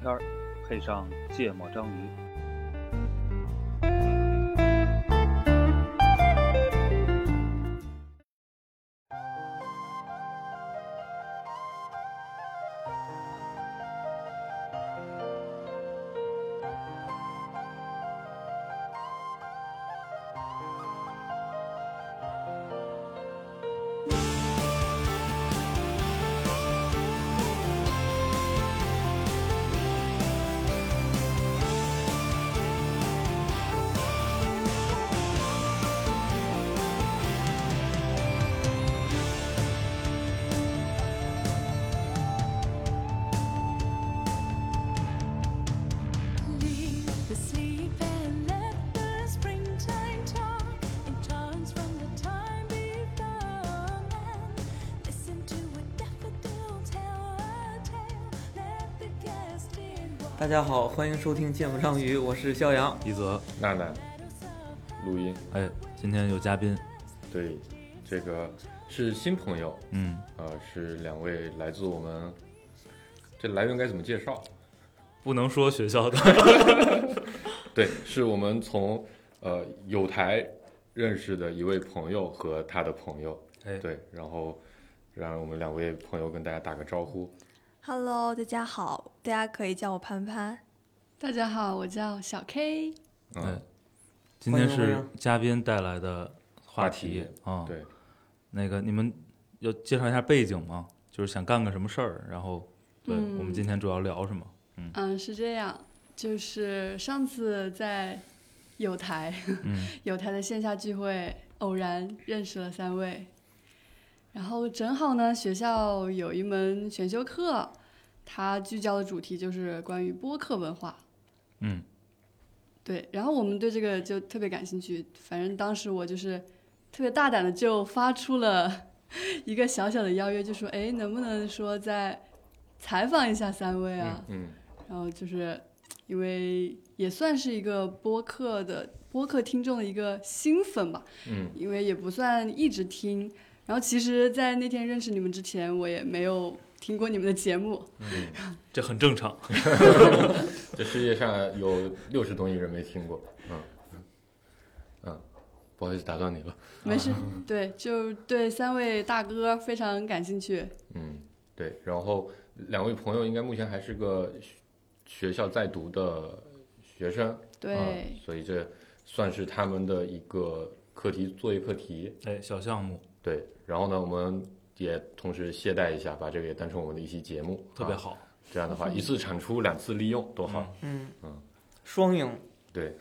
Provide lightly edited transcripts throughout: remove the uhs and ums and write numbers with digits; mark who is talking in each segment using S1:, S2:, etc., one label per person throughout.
S1: 天，配上芥末章鱼。
S2: 大家好，欢迎收听芥末章鱼，我是肖阳、
S3: 一泽、
S4: 娜娜、录音。
S3: 今天有嘉宾，
S4: 对，这个是新朋友，是两位来自我们，这来源该怎么介绍？
S3: 不能说学校的，
S4: 对，是我们从有台认识的一位朋友和他的朋友，对，然后让我们两位朋友跟大家打个招呼。
S5: Hello， 大家好，大家可以叫我潘潘。
S6: 大家好，我叫小 K。
S3: 今天是嘉宾带来的话题啊。
S4: 对，
S3: 那个你们要介绍一下背景吗？就是想干个什么事儿，然后对、我们今天主要聊什么？
S6: 是这样，就是上次在有台，有台的线下聚会，偶然认识了3位。然后正好呢，学校有一门选修课，它聚焦的主题就是关于播客文化。对，然后我们对这个就特别感兴趣。反正当时我就是特别大胆的就发出了一个小小的邀约，就说能不能说再采访一下3位啊？然后就是因为也算是一个播客听众的一个新粉吧，因为也不算一直听。然后其实在那天认识你们之前，我也没有听过你们的节目，
S3: 这很正常。
S4: 这世界上有60多亿人没听过，不好意思打断你了。
S6: 没事，对，就对3位大哥非常感兴趣。
S4: 对，然后2位朋友应该目前还是个学校在读的学生，
S6: 对，
S4: 所以这算是他们的一个作业课题，
S3: 小项目。
S4: 对，然后呢，我们也同时懈怠一下，把这个也当成我们的一期节目，
S3: 特别好。
S4: 这样的话，一次产出，2次利用，多好。
S2: 双赢。
S4: 对，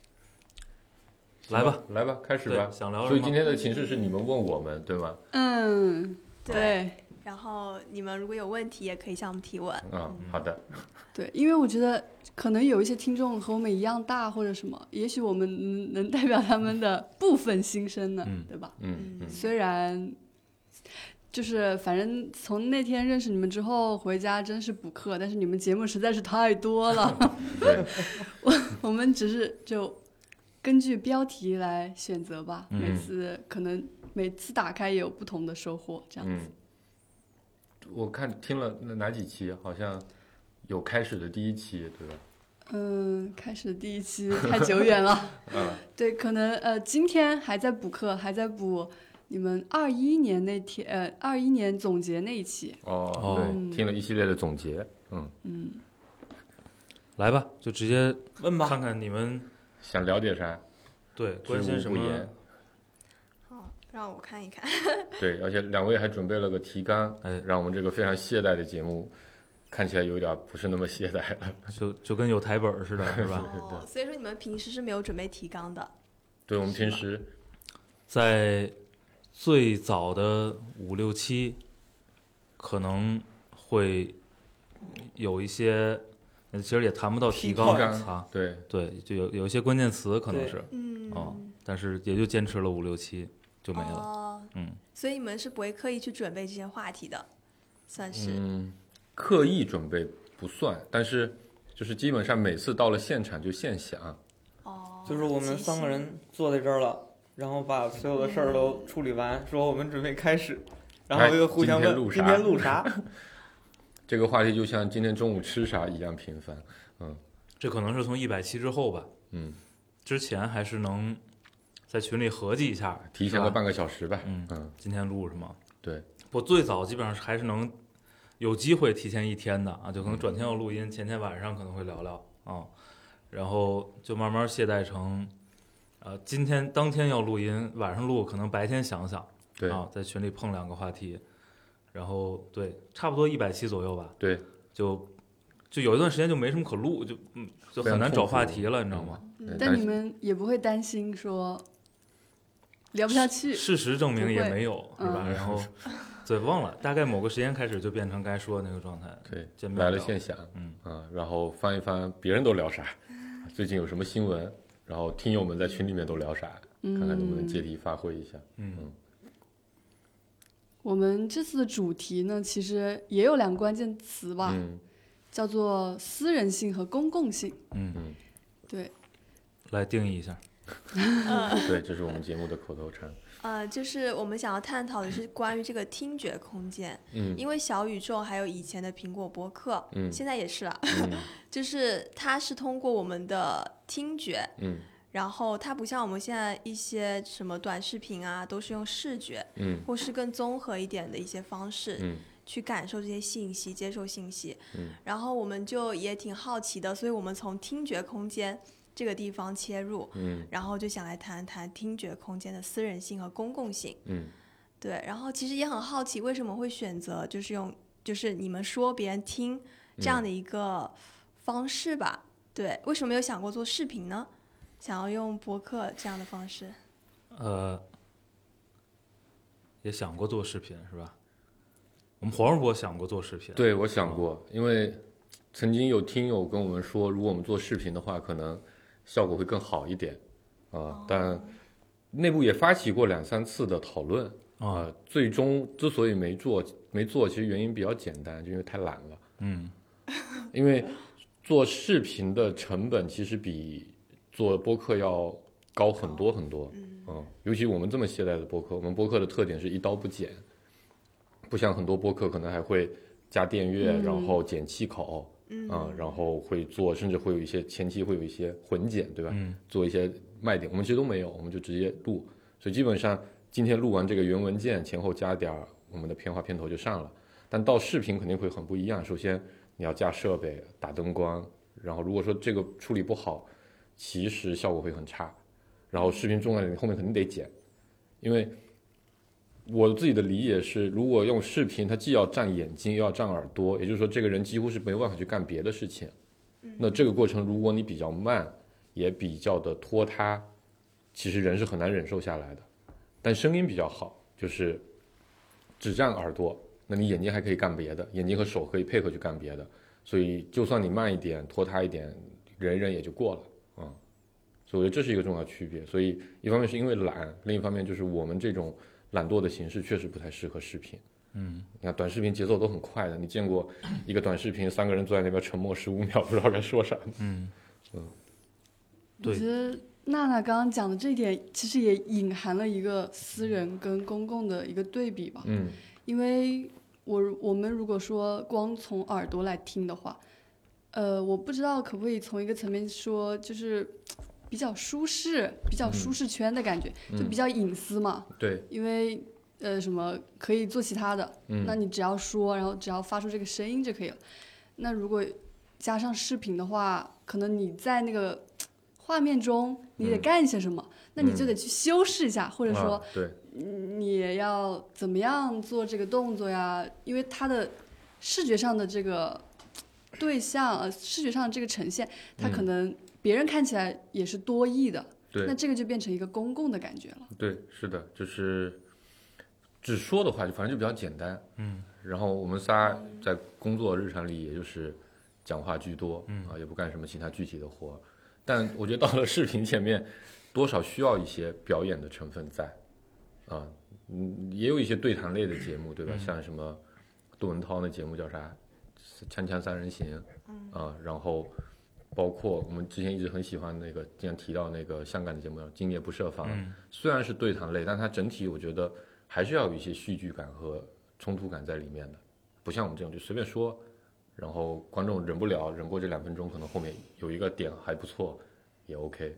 S3: 来
S4: 吧，开始吧。
S3: 想聊什么？
S4: 所以今天的形式是你们问我们，对吗？
S6: 对。
S5: 然后你们如果有问题，也可以向我们提问。
S4: 好的。
S6: 对，因为我觉得可能有一些听众和我们一样大或者什么，也许我们能代表他们的部分心声呢，对吧？虽然就是反正从那天认识你们之后回家真是补课，但是你们节目实在是太多了。
S4: 对，
S6: 我们只是就根据标题来选择吧，每次打开也有不同的收获，这样子。
S4: 我看听了哪几期，好像有开始的第1期，对吧？
S6: 开始的第1期太久远了。对，可能今天还在补课，还在补你们21年那天，21年总结那一期。
S4: 对，听了一系列的总结。
S3: 来吧，就直接
S2: 问吧，
S3: 看看你们
S4: 想了解啥？
S3: 对，关心什么？
S5: 让我看一看。
S4: 对，而且2位还准备了个提纲，让我们这个非常懈怠的节目看起来有点不是那么懈怠了，
S3: 就跟有台本似的，是吧？
S5: 所以说你们平时是没有准备提纲的？
S4: 对，我们平时
S3: 在最早的5、6期可能会有一些，其实也谈不到提纲啊，对，就有一些关键词可能是，但是也就坚持了5、6期就没了。
S5: 所以你们是不会刻意去准备这些话题的，算是。
S4: 刻意准备不算，但是就是基本上每次到了现场就现想。
S2: 就是我们3个人坐在这儿了，然后把所有的事儿都处理完，说我们准备开始，然后又互相问今天录啥。
S4: 这个话题就像今天中午吃啥一样频繁。
S3: 这可能是从100期之后吧。之前还是能在群里合计一下，
S4: 提前个半个小时吧。
S3: 今天录是吗？
S4: 对，
S3: 我最早基本上还是能有机会提前1天的啊，就可能转天要录音，前天晚上可能会聊聊啊，然后就慢慢懈怠成，今天当天要录音，晚上录，可能白天想想，
S4: 对
S3: 啊，在群里碰2个话题，然后对，差不多100期左右吧，
S4: 对，
S3: 就有一段时间就没什么可录，就很难找话题了，你知道吗？
S6: 但你们也不会担心说聊不下去？
S3: 事实证明也没有，是吧？然后对，忘了，大概某个时间开始就变成该说的那个状态。
S4: 对，
S3: 见面
S4: 来了现想，然后翻一翻别人都聊啥，最近有什么新闻，然后听友们在群里面都聊啥，看看能不能借题发挥一下。
S6: 我们这次的主题呢，其实也有2个关键词吧，叫做私人性和公共性。对，
S3: 来定义一下。
S4: 对，这是我们节目的口头禅。
S5: 就是我们想要探讨的是关于这个听觉空间。因为小宇宙还有以前的苹果播客，现在也是了，就是它是通过我们的听觉，然后它不像我们现在一些什么短视频啊，都是用视觉，或是更综合一点的一些方式，去感受这些信息，接受信息。然后我们就也挺好奇的，所以我们从听觉空间这个地方切入，然后就想来谈谈听觉空间的私人性和公共性。对，然后其实也很好奇为什么会选择就是你们说别人听这样的一个方式吧。对，为什么没有想过做视频呢？想要用播客这样的方式？
S3: 也想过做视频是吧？我们黄世博想过做视频。
S4: 对，我想过，因为曾经有听友跟我们说，如果我们做视频的话，可能效果会更好一点但内部也发起过2、3次的讨论最终之所以没做，其实原因比较简单，就因为太懒了。因为做视频的成本其实比做播客要高很多很多。尤其我们这么懈怠的播客，我们播客的特点是一刀不剪，不像很多播客可能还会加电乐，然后剪气口。然后会做，甚至会有一些前期会有一些混剪，对吧？做一些卖点，我们其实都没有，我们就直接录，所以基本上今天录完这个原文件，前后加点我们的片花片头就上了。但到视频肯定会很不一样，首先你要架设备、打灯光，然后如果说这个处理不好，其实效果会很差。然后视频重要点，后面肯定得剪，因为我自己的理解是，如果用视频，它既要占眼睛又要占耳朵，也就是说这个人几乎是没有办法去干别的事情。那这个过程如果你比较慢，也比较的拖沓，其实人是很难忍受下来的。但声音比较好，就是只占耳朵，那你眼睛还可以干别的，眼睛和手可以配合去干别的，所以就算你慢一点拖沓一点，忍一忍也就过了。所以我觉得这是一个重要区别。所以一方面是因为懒，另一方面就是我们这种懒惰的形式确实不太适合视频。你看短视频节奏都很快的，你见过一个短视频3个人坐在那边沉默15秒，不知道该说啥呢？
S6: 我觉得娜娜刚刚讲的这一点，其实也隐含了一个私人跟公共的一个对比吧。因为我们如果说光从耳朵来听的话，我不知道可不可以从一个层面说，就是比较舒适圈的感觉，就比较隐私嘛。
S4: 对，
S6: 因为什么可以做其他的，那你只要说，然后只要发出这个声音就可以了。那如果加上视频的话，可能你在那个画面中你得干些什么，那你就得去修饰一下，或者说你也要怎么样做这个动作呀？因为它的视觉上的这个对象，视觉上的这个呈现，它可能别人看起来也是多义的。那这个就变成一个公共的感觉了。对，
S4: 是的，就是只说的话，就反正就比较简单。然后我们仨在工作日常里，也就是讲话居多，也不干什么其他具体的活。但我觉得到了视频前面，多少需要一些表演的成分在。也有一些对谈类的节目，对吧？像什么杜文涛那节目叫啥？锵锵三人行。然后包括我们之前一直很喜欢那个，经常提到那个香港的节目《今夜不设防》，虽然是对谈类，但它整体我觉得还是要有一些戏剧感和冲突感在里面的，不像我们这种就随便说然后观众忍不了，忍过这2分钟，可能后面有一个点还不错，也 OK。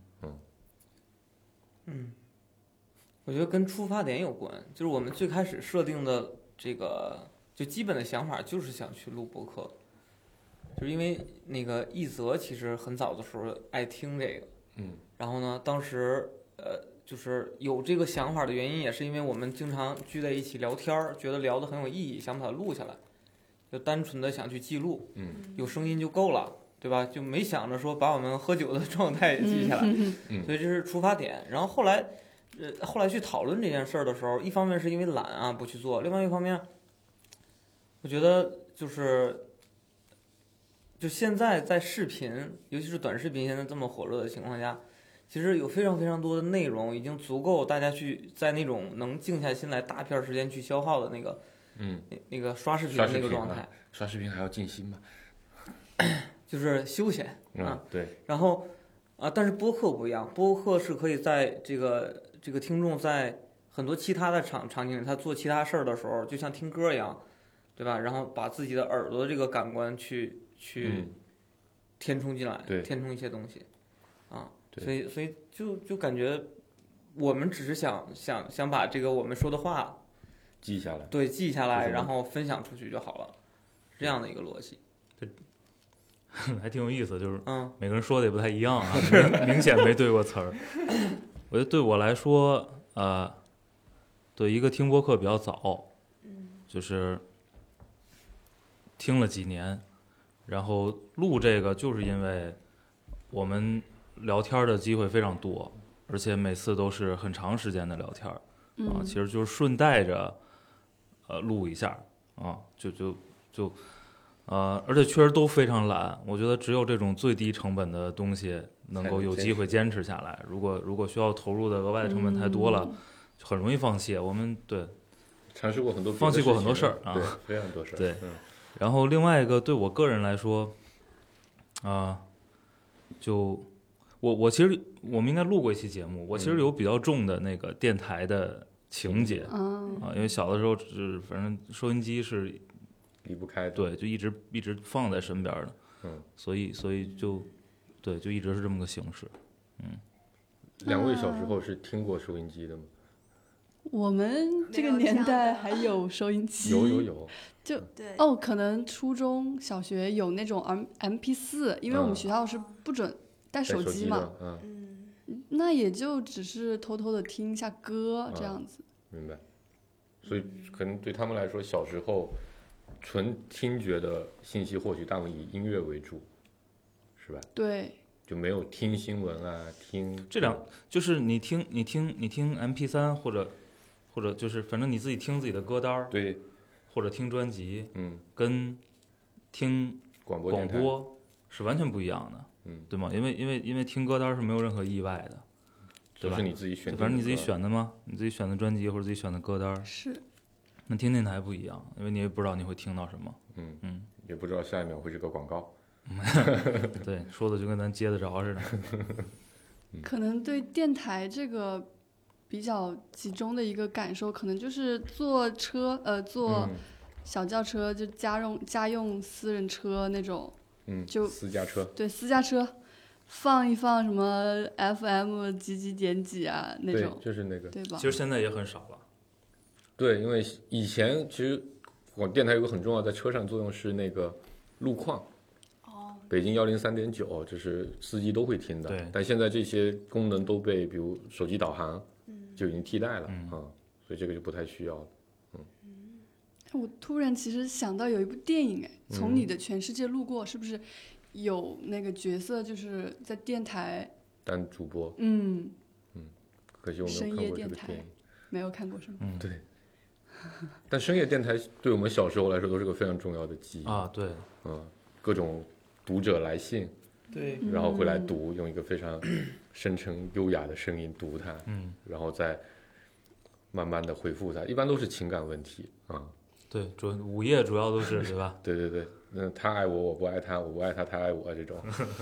S2: 我觉得跟出发点有关，就是我们最开始设定的这个就基本的想法就是想去录播客，就是因为那个一泽其实很早的时候爱听这个，然后呢，当时就是有这个想法的原因，也是因为我们经常聚在一起聊天，觉得聊得很有意义，想把它录下来，就单纯的想去记录，有声音就够了，对吧？就没想着说把我们喝酒的状态也记下来，所以这是出发点。然后后来去讨论这件事儿的时候，一方面是因为懒啊不去做，另外一方面，我觉得就现在在视频，尤其是短视频现在这么火热的情况下，其实有非常非常多的内容已经足够大家去在那种能静下心来大片时间去消耗的那个，那个刷视频的那个状态。
S4: 刷视频还要静心吗？
S2: 就是休闲啊，
S4: 对。
S2: 然后但是播客不一样，播客是可以在这个听众在很多其他的场景里，他做其他事儿的时候，就像听歌一样，对吧？然后把自己的耳朵的这个感官去填充进来，填充一些东西，所以就感觉我们只是想把这个我们说的话
S4: 记下来，
S2: 对，记下来，然后分享出去就好了，这样的一个逻辑。
S3: 还挺有意思，就是每个人说的也不太一样啊，明显没对过词儿。我觉得对我来说，对一个听播客比较早，就是听了几年，然后录这个就是因为我们聊天的机会非常多，而且每次都是很长时间的聊天其实就是顺带着录一下而且确实都非常懒，我觉得只有这种最低成本的东西能够有机会坚持下来。如果需要投入的额外的成本太多了，就很容易放弃。我们
S4: 尝试过很多，
S3: 放弃过很多事儿啊，
S4: 对，非常多事儿。
S3: 对，然后另外一个对我个人来说，就我其实我们应该录过一期节目，我其实有比较重的那个电台的情节因为小的时候反正收音机是
S4: 离不开的，
S3: 对，就一直放在身边的，所以就一直是这么个形式，
S4: 两位小时候是听过收音机的吗？
S6: 我们这个年代还有收音机，
S4: 有，
S6: 就
S5: 对
S6: 可能初中小学有那种 MP4，因为我们学校是不准带手机嘛，那也就只是偷偷的听一下歌这样子。
S4: 明白。所以可能对他们来说，小时候纯听觉的信息获取大部分以音乐为主，是吧？
S6: 对，
S4: 就没有听新闻啊，听
S3: 这就是你听 MP3 或者就是反正你自己听自己的歌单，
S4: 对，
S3: 或者听专辑，跟听广播是完全不一样的，对吗？因为听歌单是没有任何意外的，对吧？
S4: 就是你自己选的，
S3: 反正你自己选的嘛，你自己选的专辑或者自己选的歌单
S6: 是。
S3: 那听电台不一样，因为你也不知道你会听到什么，
S4: 也不知道下一秒会是个广告，
S3: 对，说的就跟咱接得着似的。
S6: 可能对电台这个比较集中的一个感受，可能就是坐小轿车，就家用私人车那种，就
S4: 私家车，
S6: 对，私家车放一放什么 FM 几点几啊那种，
S4: 对，就是那个，
S6: 对吧？
S3: 其实现在也很少了。
S4: 对，因为以前其实电台有个很重要在车上作用是那个路况，北京103.9，这是司机都会听的。
S3: 对，
S4: 但现在这些功能都被比如手机导航就已经替代了所以这个就不太需要了。
S6: 我突然其实想到有一部电影，从你的全世界路过，是不是有那个角色就是在电台
S4: 当主播？可惜我没有看过这个电影，
S6: 没有看过是吗？
S4: 对。但深夜电台对我们小时候来说都是个非常重要的记忆
S3: 啊，对，
S4: 各种读者来信，
S2: 对，
S4: 然后会来读，用一个非常深沉优雅的声音读它，然后再慢慢的回复它，一般都是情感问题
S3: 对，午夜主要都是对吧？
S4: 对，那他爱我，我不爱他，我不爱他，他爱我这种。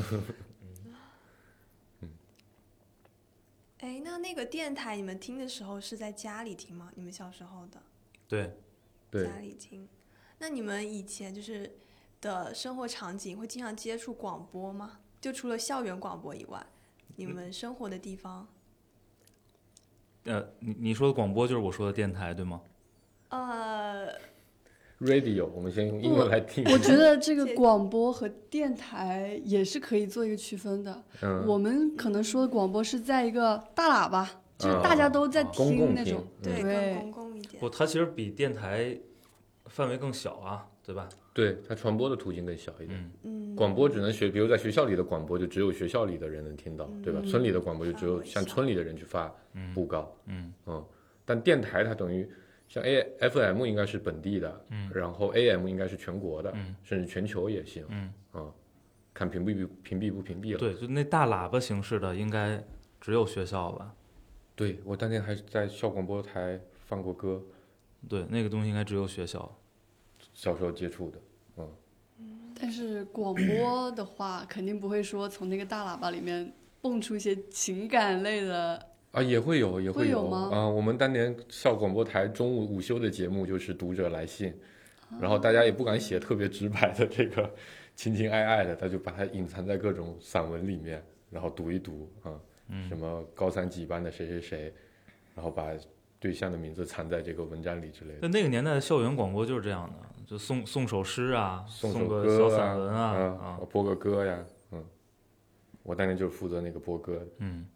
S5: 那个电台你们听的时候是在家里听吗？你们小时候的？
S3: 对，
S5: 家里听。那你们以前就是的生活场景会经常接触广播吗？就除了校园广播以外，你们生活的地方？
S3: 你说的广播就是我说的电台，对吗
S4: ？Radio， 我们先用英文来听。
S6: 我觉得这个广播和电台也是可以做一个区分的。我们可能说的广播是在一个大喇叭，就是大家都在听那种，
S5: 对，更公共一点。
S3: 不，它其实比电台范围更小啊，对吧？
S4: 对，它传播的途径更小一点。广播只能比如在学校里的广播就只有学校里的人能听到，对吧？村里的广播就只有像村里的人去发布告。但电台它等于像 FM 应该是本地的，然后 AM 应该是全国的，甚至全球也行。看屏蔽不屏蔽了。
S3: 对，就那大喇叭形式的应该只有学校吧？
S4: 对，我当年还在校广播台放过歌。
S3: 对，那个东西应该只有学校
S4: 小时候接触的。
S6: 但是广播的话，肯定不会说从那个大喇叭里面蹦出一些情感类的
S4: 啊，也会有
S6: 吗？
S4: 我们当年校广播台中午午休的节目就是读者来信，然后大家也不敢写特别直白的这个情情爱爱的，他就把它隐藏在各种散文里面，然后读一读什么高三几班的谁谁谁，然后把对象的名字藏在这个文章里之类的。
S3: 那个年代的校园广播就是这样的，就送首诗啊，
S4: 送
S3: 个小散文啊，
S4: 播个歌呀，我当年就是负责那个播歌的。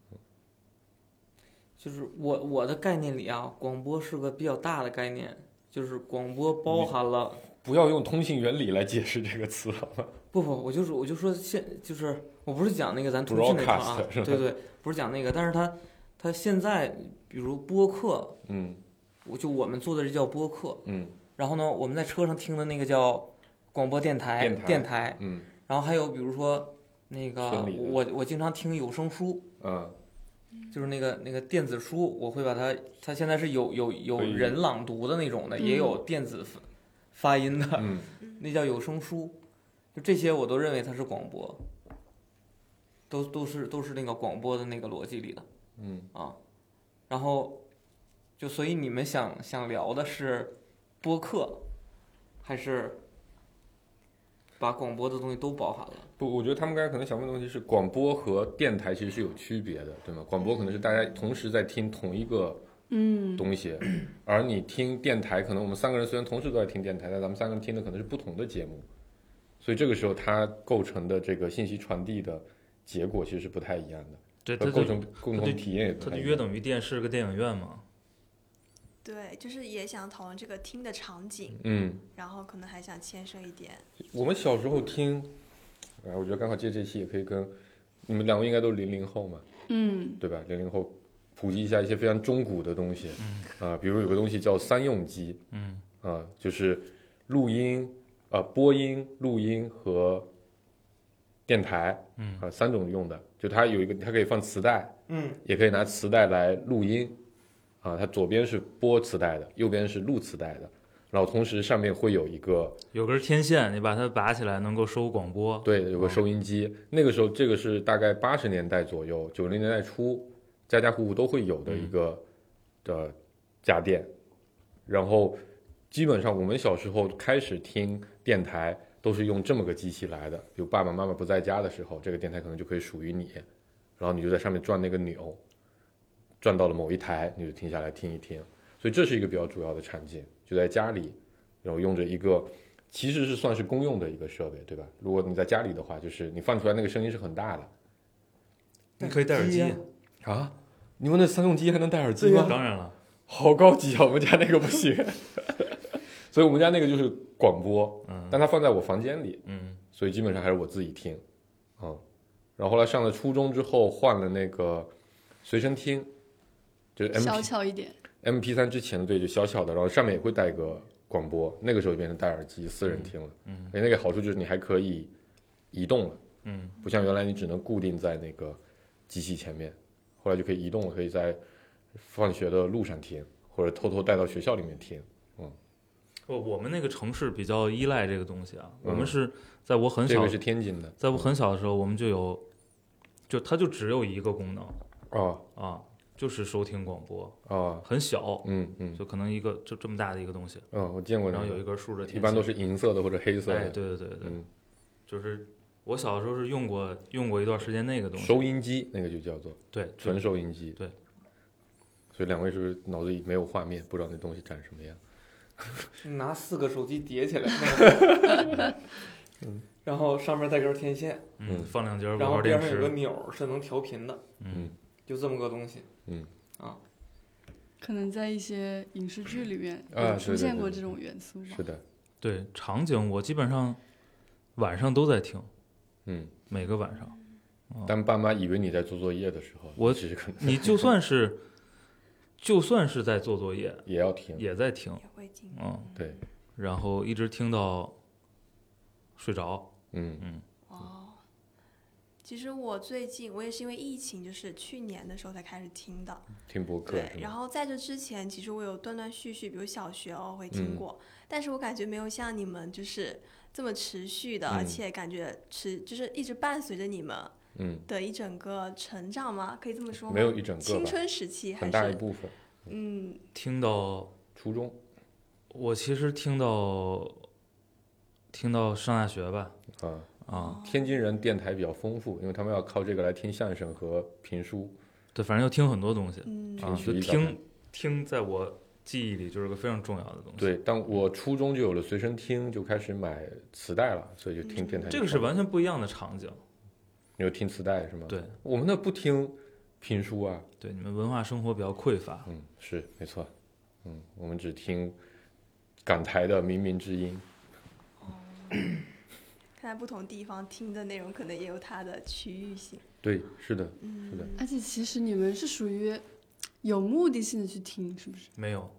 S2: 就是我的概念里啊，广播是个比较大的概念，就是广播包含了。
S4: 不要用通信原理来解释这个词好吗？
S2: 不，我就说就是我不是讲那个咱通讯那块啊，对，不是讲那个，但是它现在比如播客，我们做的这叫播客，然后呢，我们在车上听的那个叫广播电台，然后还有比如说那个我经常听有声书，就是那个电子书，我会把它现在是有人朗读的那种的，也有电子发音的，那叫有声书，就这些我都认为它是广播，都是那个广播的那个逻辑里的，然后就所以你们想聊的是播客，还是把广播的东西都包含了？
S4: 不，我觉得他们刚才可能想问的问题是，广播和电台其实是有区别的，对吗？广播可能是大家同时在听同一个东西，而你听电台，可能我们三个人虽然同时都在听电台，但咱们三个人听的可能是不同的节目，所以这个时候它构成的这个信息传递的结果其实是不太一样的。
S3: 对，它
S4: 构成共同体验也不太一样。
S3: 它就约等于电视跟电影院嘛。
S5: 对，就是也想讨论这个听的场景，然后可能还想牵涉一点。
S4: 我们小时候听，我觉得刚好借这期也可以跟你们两位应该都是00后嘛，对吧？00后普及一下一些非常中古的东西，比如有个东西叫三用机，就是录音、播音、录音和电台，三种用的。就它有一个，它可以放磁带，也可以拿磁带来录音，它左边是播磁带的，右边是录磁带的，然后同时上面会有
S3: 根天线，你把它拔起来能够收广播。
S4: 对，有个收音机。那个时候，这个是大概80年代左右，90年代初，家家户户都会有的一个的家电。然后基本上我们小时候开始听电台都是用这么个机器来的，比如爸爸妈妈不在家的时候，这个电台可能就可以属于你，然后你就在上面转那个钮，转到了某一台，你就停下来听一听。所以这是一个比较主要的场景，就在家里，然后用着一个其实是算是公用的一个设备，对吧？如果你在家里的话，就是你放出来那个声音是很大的。
S3: 你可以戴耳机
S4: 啊？你们那三用机还能戴耳机吗？
S3: 当然了，
S4: 好高级啊！我们家那个不行，所以我们家那个就是广播，但它放在我房间里，所以基本上还是我自己听，然后后来上了初中之后换了那个随身听，就是
S6: 小巧一点
S4: MP3 之前的，对，就小巧的，然后上面也会带个广播，那个时候就变成戴耳机私人听了，那个好处就是你还可以移动了，不像原来你只能固定在那个机器前面，后来就可以移动了，可以在放学的路上听，或者偷偷带到学校里面听。
S3: 我们那个城市比较依赖这个东西啊，我们是在我很小，
S4: 这个是天津的，
S3: 在我很小的时候，我们就它就只有一个功能， 就是收听广播
S4: 啊，
S3: 很小，
S4: 嗯，
S3: 就可能一个就这么大的一个东西。
S4: 我见过那个。
S3: 然后有一根竖着天线，
S4: 一般都是银色的或者黑色的。
S3: 哎，对，就是我小的时候是用过一段时间那个东西。
S4: 收音机那个就叫做
S3: 对，
S4: 纯收音机。
S3: 对。
S4: 所以两位是不是脑子里没有画面，不知道那东西长什么样？
S2: 拿4个手机叠起来，然后上面带根天线，
S3: 放2节
S2: 然后
S3: 5号电池，
S2: 边上有个钮是能调频的，就这么个东西，
S6: 可能在一些影视剧里面出现过这种元素吧。
S4: 是的，
S3: 对，场景我基本上晚上都在听，每个晚上。
S4: 当爸妈以为你在做作业的时候，
S3: 你就算是在做作业，
S4: 也要听，
S3: 也在听，
S5: 也会听，
S4: 对，
S3: 然后一直听到睡着，
S5: 其实我最近也是因为疫情，就是去年的时候才开始听的，
S4: 听播客。
S5: 对，然后在这之前，其实我有断断续续，比如小学偶尔会听过，但是我感觉没有像你们就是这么持续的，而且感觉就是一直伴随着你们的一整个成长吗？可以这么说吗？
S4: 没有一整个吧，
S5: 青春时期还是
S4: 很大一部分。
S3: 听到
S4: 初中，
S3: 我其实听到上大学吧。
S4: 天津人电台比较丰富，因为他们要靠这个来听相声和评书。
S3: 对，反正要听很多东西。就听在我记忆里就是个非常重要的东西。
S4: 对，当我初中就有了随身听，就开始买磁带了，所以就听电台。
S3: 这个是完全不一样的场景。
S4: 你有听磁带是吗？
S3: 对，
S4: 我们那不听评书啊。
S3: 对，你们文化生活比较匮乏。
S4: 是没错。我们只听港台的靡靡之音。
S5: 看来不同地方听的内容可能也有它的区域性。
S4: 对，是的，是的。
S6: 而且其实你们是属于有目的性的去听，是不是？
S3: 没有，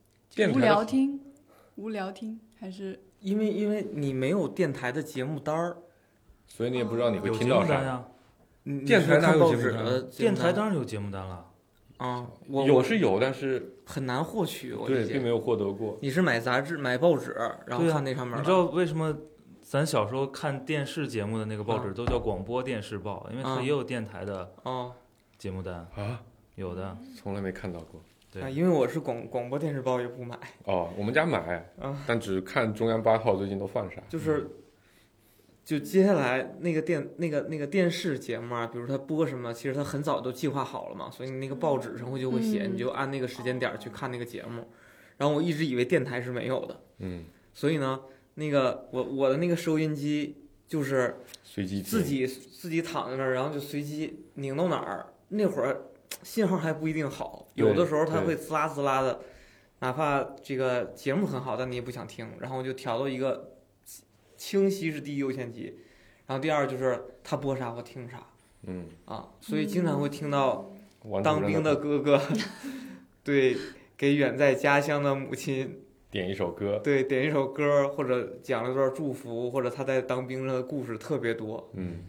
S6: 无聊听还是
S2: 因为你没有电台的节目单儿，
S4: 所以你也不知道你会听到啥
S3: 呀。
S4: 电台哪有节目单？
S3: 电台当然有节目单了。
S4: 有是有，但是
S2: 很难获取。
S4: 对，并没有获得过。
S2: 你是买杂志、买报纸，然后看那上面。
S3: 你知道为什么咱小时候看电视节目的那个报纸都叫广播电视报？因为它也有电台的节目单
S4: 啊，
S3: 有的，
S4: 从来没看到过。
S3: 对，
S2: 因为我是广播电视报也不买。
S4: 我们家买，但只看中央8号最近都放啥。
S2: 就接下来那个电视节目啊，比如他播什么，其实他很早都计划好了嘛，所以你那个报纸上就会写，你就按那个时间点去看那个节目。然后我一直以为电台是没有的，所以呢，那个我的那个收音机就是
S4: 随机
S2: 自己躺在那儿，然后就随机拧到哪儿。那会儿信号还不一定好，有的时候它会滋啦滋啦的，哪怕这个节目很好，但你也不想听，然后我就调到一个清晰是第一优先级，然后第二就是他播啥我听啥，所以经常会听到当兵的哥哥对给远在家乡的母亲
S4: 点一首歌，
S2: 对，点一首歌，或者讲了段祝福，或者他在当兵上的故事特别多，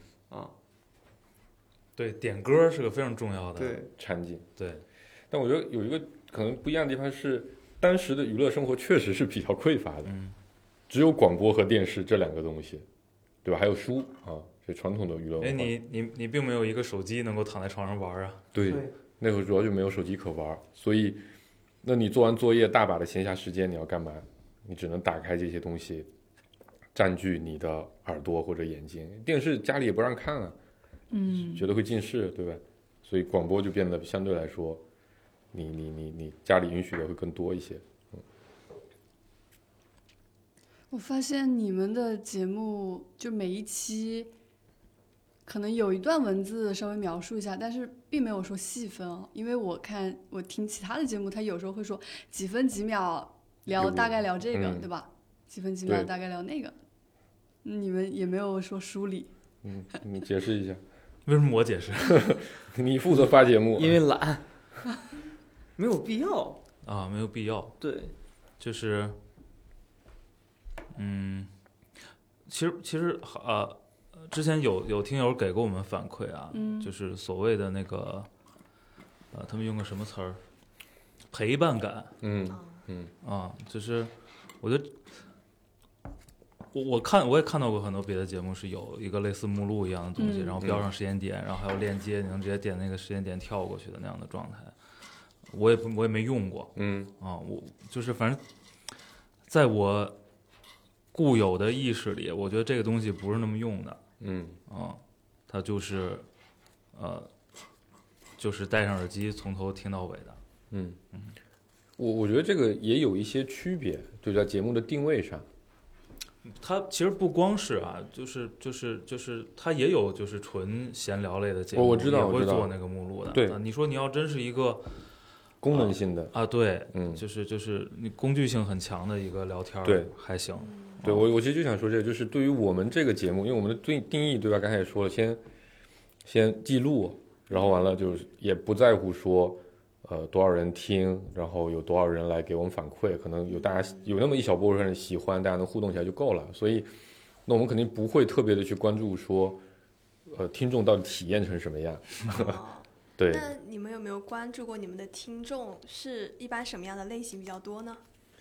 S3: 对，点歌是个非常重要的
S4: 场景，
S3: 对，
S4: 但我觉得有一个可能不一样的地方是，当时的娱乐生活确实是比较匮乏的，只有广播和电视这2个东西，对吧？还有书啊，这传统的娱乐文化。
S3: 你并没有一个手机能够躺在床上玩啊。
S4: 对，那会儿主要就没有手机可玩，所以，那你做完作业大把的闲暇时间你要干嘛？你只能打开这些东西，占据你的耳朵或者眼睛。电视家里也不让看啊，觉得会近视，对吧？所以广播就变得相对来说，你家里允许的会更多一些。
S6: 我发现你们的节目就每一期可能有一段文字稍微描述一下，但是并没有说细分因为我听其他的节目，他有时候会说几分几秒大概聊这个，对吧？几分几秒大概聊那个，你们也没有说梳理。
S4: 你解释一下。
S3: 为什么我解释？
S4: 你负责发节目。
S2: 因为懒，没有必要
S3: 啊，没有必要。
S2: 对，
S3: 就是。其实之前有听友给过我们反馈啊，就是所谓的那个他们用个什么词儿，陪伴感，就是我觉得我也看到过很多别的节目是有一个类似目录一样的东西，然后标上时间点，然后还有链接，你能直接点那个时间点跳过去的那样的状态。我也没用过，我就是反正在我固有的意识里，我觉得这个东西不是那么用的，它就是就是戴上耳机从头听到尾的，
S4: 我觉得这个也有一些区别，就在节目的定位上。
S3: 它其实不光是啊，就是它也有就是纯闲聊类的节目，
S4: 我知道
S3: 也会做那个目录的。
S4: 对，
S3: 你说你要真是一个
S4: 功能性的
S3: 对，就是你工具性很强的一个聊天，
S4: 对，
S3: 还行。
S4: 对，我其实就想说这个，就是对于我们这个节目，因为我们的定义对吧？刚才也说了，先记录，然后完了就是也不在乎说多少人听，然后有多少人来给我们反馈，可能大家有那么一小部分人喜欢，大家能互动起来就够了。所以，那我们肯定不会特别的去关注说，听众到底体验成什么样。对。
S5: 那你们有没有关注过你们的听众是一般什么样的类型比较多呢？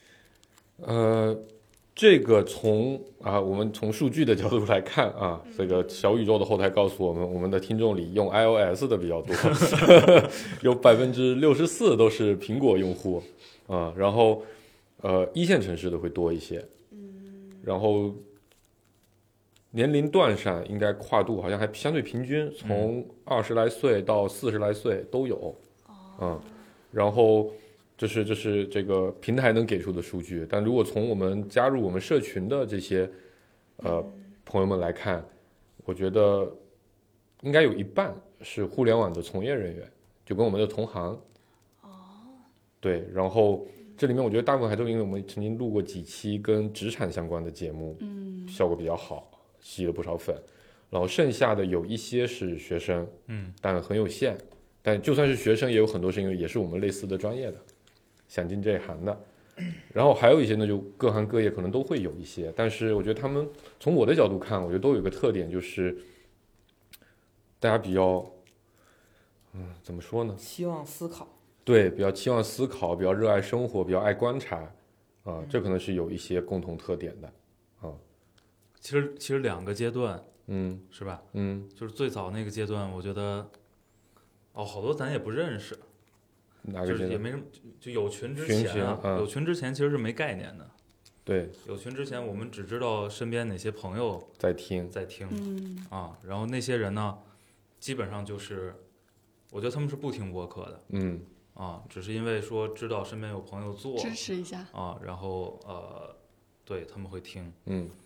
S4: 这个我们从数据的角度来看啊，这个小宇宙的后台告诉我们的听众里用 iOS 的比较多，有64%都是苹果用户啊，然后一线城市的会多一些，然后年龄段上应该跨度好像还相对平均，从20来岁到40来岁都有，然后。这是这个平台能给出的数据，但如果从我们加入我们社群的这些朋友们来看，我觉得应该有一半是互联网的从业人员，就跟我们的同行。对，然后这里面我觉得大部分还都因为我们曾经录过几期跟职场相关的节目，效果比较好，吸了不少粉。然后剩下的有一些是学生，但很有限。但就算是学生，也有很多是因为也是我们类似的专业的。想进这一行的，然后还有一些呢，就各行各业可能都会有一些，但是我觉得他们从我的角度看，我觉得都有一个特点，就是大家比较，怎么说呢？
S2: 期望思考。
S4: 对，比较期望思考，比较热爱生活，比较爱观察，这可能是有一些共同特点的，
S3: 其实2个阶段，是吧？就是最早那个阶段，我觉得，好多咱也不认识。就是也没什么，就有群之前有群之前其实是没概念的。
S4: 对，
S3: 有群之前我们只知道身边哪些朋友
S4: 在听，
S3: 然后那些人呢，基本上就是，我觉得他们是不听播客的，只是因为说知道身边有朋友做，
S6: 支持一下
S3: 然后对他们会听，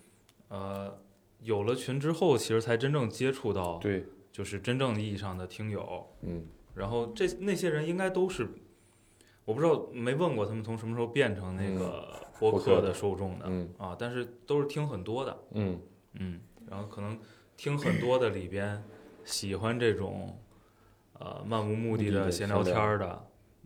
S3: 有了群之后，其实才真正接触到，
S4: 对，
S3: 就是真正意义上的听友，然后那些人应该都是，我不知道没问过他们从什么时候变成那个播客的受众的，但是都是听很多的，然后可能听很多的里边喜欢这种漫无目的的闲聊天的，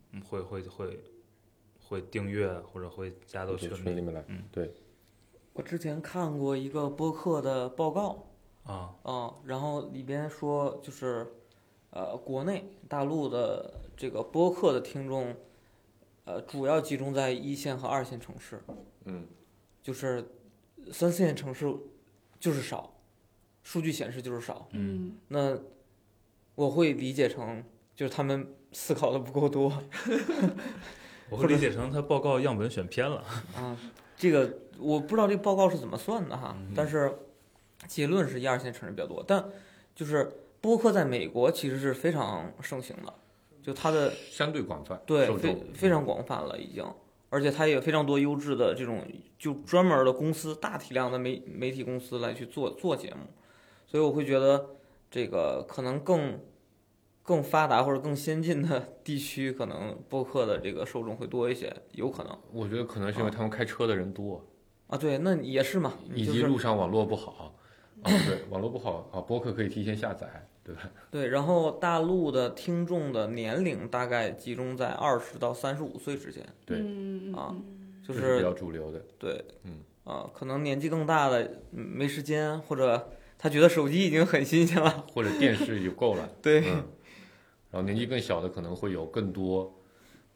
S3: 会订阅或者会加到群里
S4: 面来，对。
S2: 我之前看过一个播客的报告然后里边说就是国内大陆的这个播客的听众主要集中在1线和2线城市，就是3、4线城市就是少，数据显示就是少，那我会理解成就是他们思考的不够多，
S3: 我会理解成他报告样本选偏了
S2: 这个我不知道这个报告是怎么算的哈，但是结论是1、2线城市比较多，但就是播客在美国其实是非常盛行的，就它的
S4: 相对广泛，
S2: 对，非常广泛了已经，而且它也有非常多优质的这种就专门的公司，大体量的媒体公司来去做节目，所以我会觉得这个可能更发达或者更先进的地区，可能播客的这个受众会多一些，有可能。
S4: 我觉得可能是因为他们开车的人多
S2: 对，那也是嘛，
S4: 以及路上网络不好对，网络不好播客可以提前下载，对吧？
S2: 对，然后大陆的听众的年龄大概集中在20到35岁之间，
S4: 对，
S2: 就是
S4: 比较主流的，
S2: 对，可能年纪更大的没时间，或者他觉得手机已经很新鲜了，
S4: 或者电视就够了，
S2: 对，
S4: 然后年纪更小的可能会有更多，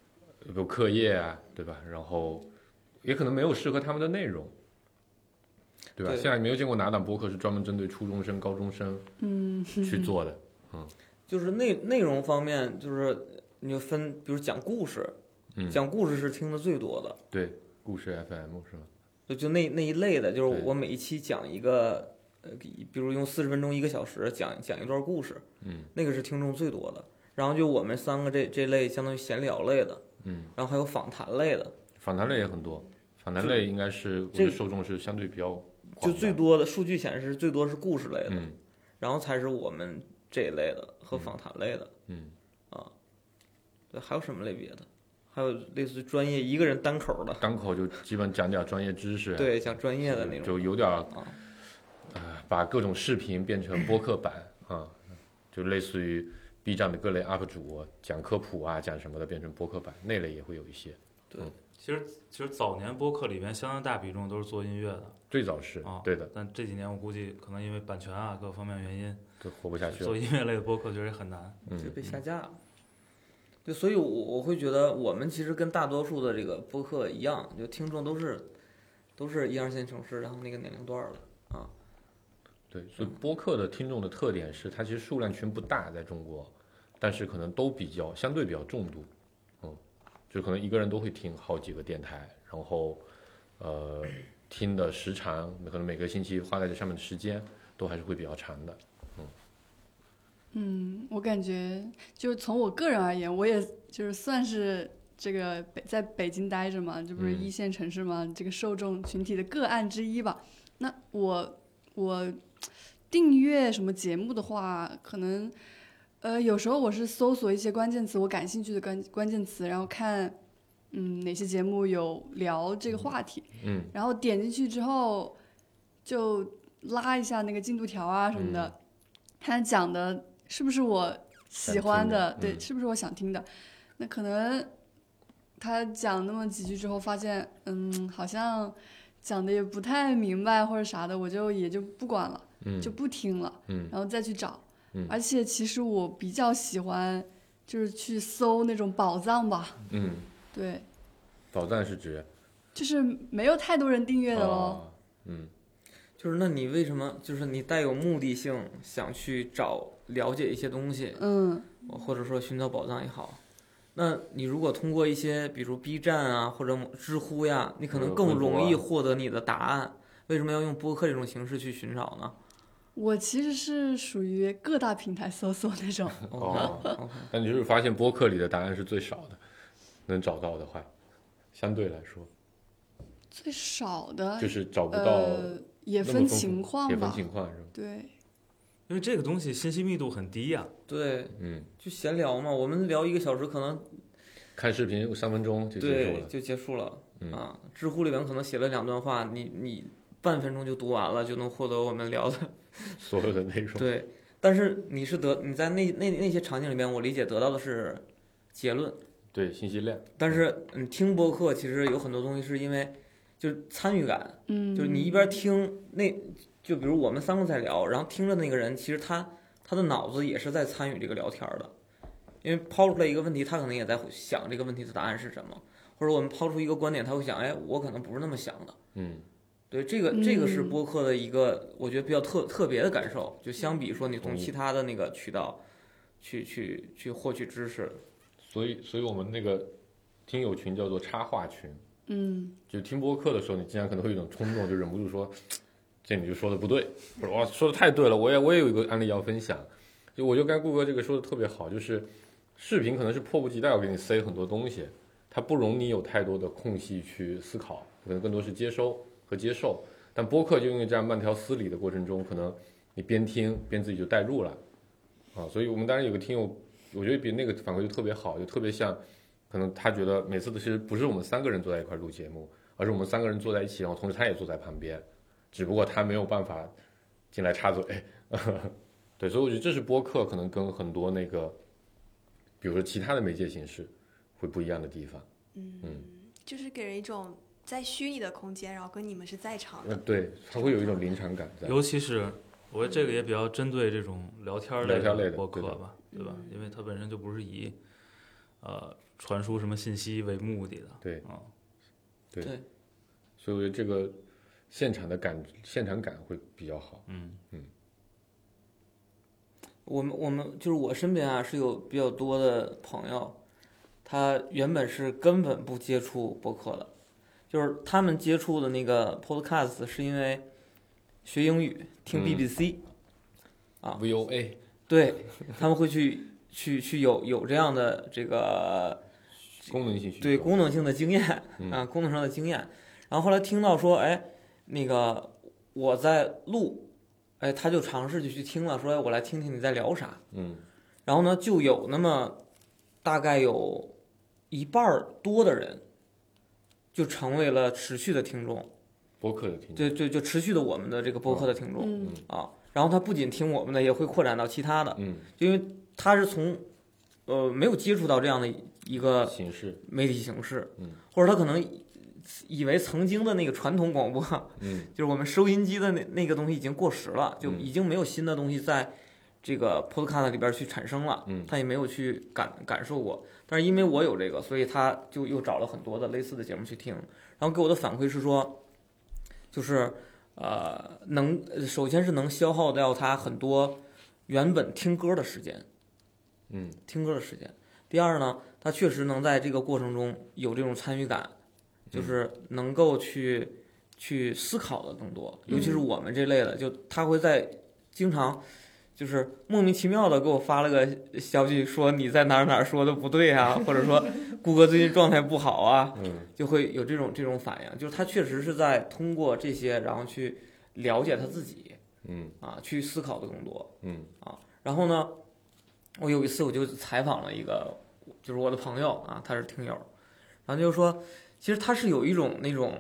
S4: 有课业对吧？然后也可能没有适合他们的内容， 对吧？
S2: 对
S4: 现在没有见过哪档播客是专门针对初中生、高中生去做的。
S2: 就是内容方面，就是你就分，比如讲故事，讲故事是听的最多的。
S4: 对，故事 FM 是吧？
S2: 就那一类的，就是我每一期讲一个，比如用40分钟1个小时讲一段故事，那个是听众最多的。然后就我们3个这类相当于闲聊类的，然后还有访谈类的，
S4: 访谈类也很多，访谈类应该是我的受众是相对比较
S2: 就最多的数据显示最多是故事类的，然后才是我们这一类的和访谈类的，对，还有什么类别的？还有类似于专业一个人单口的，
S4: 单口就基本讲点专业知识，
S2: 对，讲专业的那种，
S4: 就有点把各种视频变成播客版就类似于 B 站的各类 UP 主讲科普啊，讲什么的变成播客版，那类也会有一些。
S2: 对，
S3: 其实早年播客里边相当大比重都是做音乐的，
S4: 最早是对的，
S3: 但这几年我估计可能因为版权啊各方面原因，
S4: 就活不下去了。
S3: 做音乐类的播客确实也很难，
S2: 就被下架了。对，所以我会觉得我们其实跟大多数的这个播客一样，就听众都是1、2线城市，然后那个年龄段的啊。
S4: 对，所以播客的听众的特点是，它其实数量群不大，在中国，但是可能都相对比较重度，就可能一个人都会听好几个电台，然后听的时长，可能每个星期花在这上面的时间都还是会比较长的。
S6: 我感觉就是从我个人而言，我也就是算是这个在北京待着嘛，这不是1线城市嘛，这个受众群体的个案之一吧。那我订阅什么节目的话，可能有时候我是搜索一些关键词，我感兴趣的关键词，然后看哪些节目有聊这个话题，然后点进去之后就拉一下那个进度条啊什么的，看讲的是不是我喜欢的，对，是不是我想听的。那可能他讲那么几句之后，发现好像讲的也不太明白或者啥的，我也就不管了，就不听了，然后再去找。而且其实我比较喜欢就是去搜那种宝藏吧，对，
S4: 宝藏是指
S6: 就是没有太多人订阅的咯。
S2: 就是那你为什么就是你带有目的性想去了解一些东西，或者说寻找宝藏也好，那你如果通过一些比如 B 站啊或者知乎呀，你可能更容易获得你的答案。为什么要用播客这种形式去寻找呢？
S6: 我其实是属于各大平台搜索那种。
S4: 但你就是发现播客里的答案是最少的，能找到的话，相对来说
S6: 最少的
S4: 就是找不到。
S6: 也分情况吧，
S4: 也分情况是吧？
S6: 对，
S3: 因为这个东西信息密度很低呀。
S2: 对，就闲聊嘛，我们聊1个小时，可能
S4: 看视频3分钟就结束了，
S2: 对，就结束了。知乎里面可能写了2段话，你半分钟就读完了，就能获得我们聊的
S4: 所有的内容。
S2: 对，但是你在那些场景里面，我理解得到的是结论，
S4: 对，信息量。
S2: 但是听播客其实有很多东西是因为就是参与感，就是你一边听就比如我们3个在聊，然后听着那个人，其实他的脑子也是在参与这个聊天的，因为抛出来一个问题，他可能也在想这个问题的答案是什么，或者我们抛出一个观点，他会想，哎，我可能不是那么想的，对，这个是播客的一个我觉得比较特别的感受，就相比说你从其他的那个渠道去获取知识，
S4: 所以我们那个听友群叫做插话群。就听播客的时候，你经常可能会有一种冲动，就忍不住说，这你就说的不对，或者哇说的太对了，我也有一个案例要分享。我就刚才顾哥这个说的特别好，就是视频可能是迫不及待要给你塞很多东西，它不容你有太多的空隙去思考，可能更多是接收和接受。但播客就因为这样慢条斯理的过程中，可能你边听边自己就带入了所以我们当然有个听友，我觉得比那个反馈就特别好，就特别像。可能他觉得每次其实不是我们3个人坐在一块录节目，而是我们3个人坐在一起，然后同时他也坐在旁边，只不过他没有办法进来插嘴。对，所以我觉得这是播客可能跟很多那个，比如说其他的媒介形式会不一样的地方。
S5: 就是给人一种在虚拟的空间，然后跟你们是在场的。
S4: 对，它会有一种临场感在。
S3: 尤其是我觉得这个也比较针对这种聊天类的播客吧，对吧？因为它本身就不是以传输什么信息为目的的。
S4: 对，
S2: 对，
S4: 所以我觉得这个现场感会比较好。
S2: 我们就是我身边啊是有比较多的朋友，他原本是根本不接触播客的，就是他们接触的那个 podcast 是因为学英语听 BBC，啊
S4: VOA，
S2: 对，他们会去有这样的这个
S4: 功能性需求，
S2: 对功能性的经验啊，功能上的经验。然后后来听到说，哎，那个我在录，哎，他就尝试就去听了，说，哎，我来听听你在聊啥。然后呢，就有那么大概有一半多的人，就成为了持续的听众，
S4: 播客的听众，
S2: 就持续的我们的这个播客的听众啊。然后他不仅听我们的，也会扩展到其他的，因为他是从没有接触到这样的一个
S4: 形式
S2: 媒体形式，或者他可能以为曾经的那个传统广播，就是我们收音机的那个东西已经过时了，就已经没有新的东西在这个 podcast 里边去产生了，他也没有去感受过。但是因为我有这个，所以他就又找了很多的类似的节目去听，然后给我的反馈是说，就是首先是能消耗掉他很多原本听歌的时间，听歌的时间。第二呢，他确实能在这个过程中有这种参与感，就是能够去思考的更多，尤其是我们这类的，就他会在经常就是莫名其妙的给我发了个消息说你在哪儿说的不对啊，或者说顾哥最近状态不好啊，就会有这种反应，就是他确实是在通过这些然后去了解他自己，去思考的更多，然后呢，我有一次我就采访了一个就是我的朋友啊，他是听友，然后就说其实他是有一种那种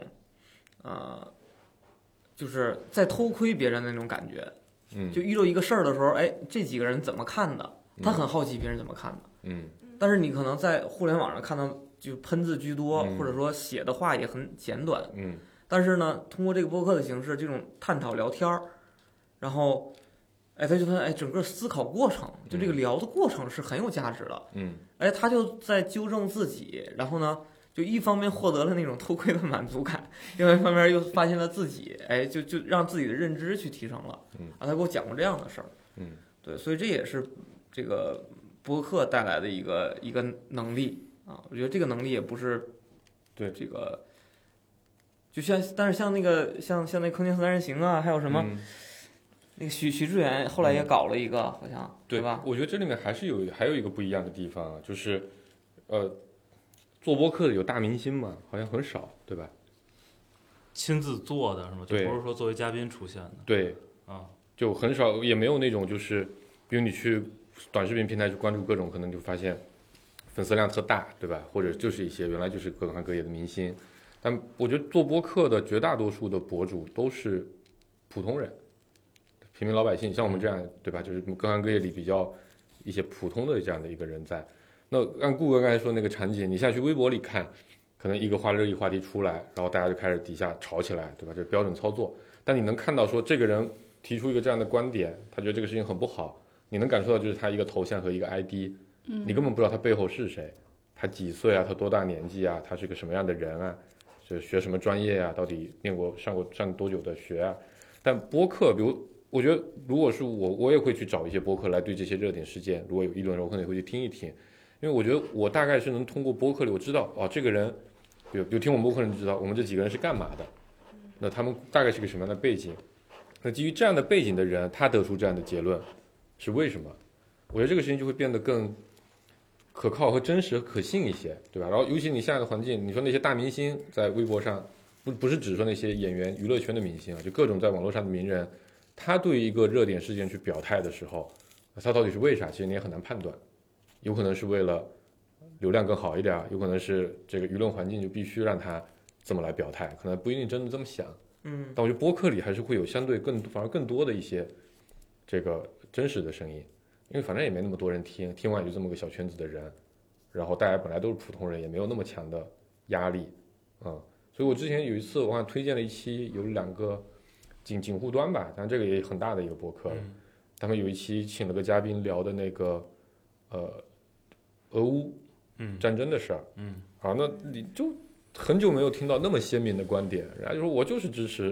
S2: 就是在偷窥别人的那种感觉，就遇到一个事儿的时候，哎，这几个人怎么看的？他很好奇别人怎么看的，但是你可能在互联网上看到就喷字居多，或者说写的话也很简短，但是呢，通过这个播客的形式，这种探讨聊天儿，然后，哎，他就发现，哎，整个思考过程，就这个聊的过程是很有价值的，哎，他就在纠正自己，然后呢，就一方面获得了那种偷窥的满足感，另外一方面又发现了自己，哎，就让自己的认知去提升了，他给我讲过这样的事儿，对，所以这也是这个播客带来的一个能力啊，我觉得这个能力也不是
S4: 对
S2: 这个。就但是像那个像那空间三人行啊，还有什么，那个许志远后来也搞了一个，好像
S4: 对
S2: 吧？
S4: 我觉得这里面还有一个不一样的地方啊，就是做播客的有大明星嘛，好像很少，对吧？
S3: 亲自做的是吗？就不是说作为嘉宾出现的。
S4: 对啊，就很少，也没有那种就是，比如你去短视频平台去关注各种，可能就发现粉丝量特大，对吧？或者就是一些原来就是各行各业的明星。但我觉得做播客的绝大多数的博主都是普通人，平民老百姓，像我们这样，对吧？就是各行各业里比较一些普通的这样的一个人在。那按顾哥刚才说那个场景，你现在去微博里看，可能一个热议话题出来，然后大家就开始底下吵起来，对吧？这标准操作。但你能看到说这个人提出一个这样的观点，他觉得这个事情很不好，你能感受到就是他一个头像和一个 ID，你根本不知道他背后是谁，他几岁啊，他多大年纪啊，他是个什么样的人啊，是学什么专业啊，到底上多久的学啊。但播客比如我觉得如果是我也会去找一些播客来对这些热点事件，如果有议论，我可能也会去听一听，因为我觉得我大概是能通过播客里我知道哦，这个人比如听我们播客人就知道我们这几个人是干嘛的，那他们大概是个什么样的背景，那基于这样的背景的人他得出这样的结论是为什么，我觉得这个事情就会变得更可靠和真实和可信一些，对吧？然后尤其你现在的环境，你说那些大明星在微博上，不是只说那些演员娱乐圈的明星啊，就各种在网络上的名人，他对一个热点事件去表态的时候，他到底是为啥，其实你也很难判断，有可能是为了流量更好一点，有可能是这个舆论环境就必须让他这么来表态，可能不一定真的这么想。但我觉得播客里还是会有相对反而更多的一些这个真实的声音，因为反正也没那么多人听完也就这么个小圈子的人，然后大家本来都是普通人，也没有那么强的压力，所以我之前有一次我好像推荐了一期有2个警护端吧，当然这个也很大的一个播客了，他们有一期请了个嘉宾聊的那个俄乌战争的事儿，好，那你就很久没有听到那么鲜明的观点，人家就说我就是支持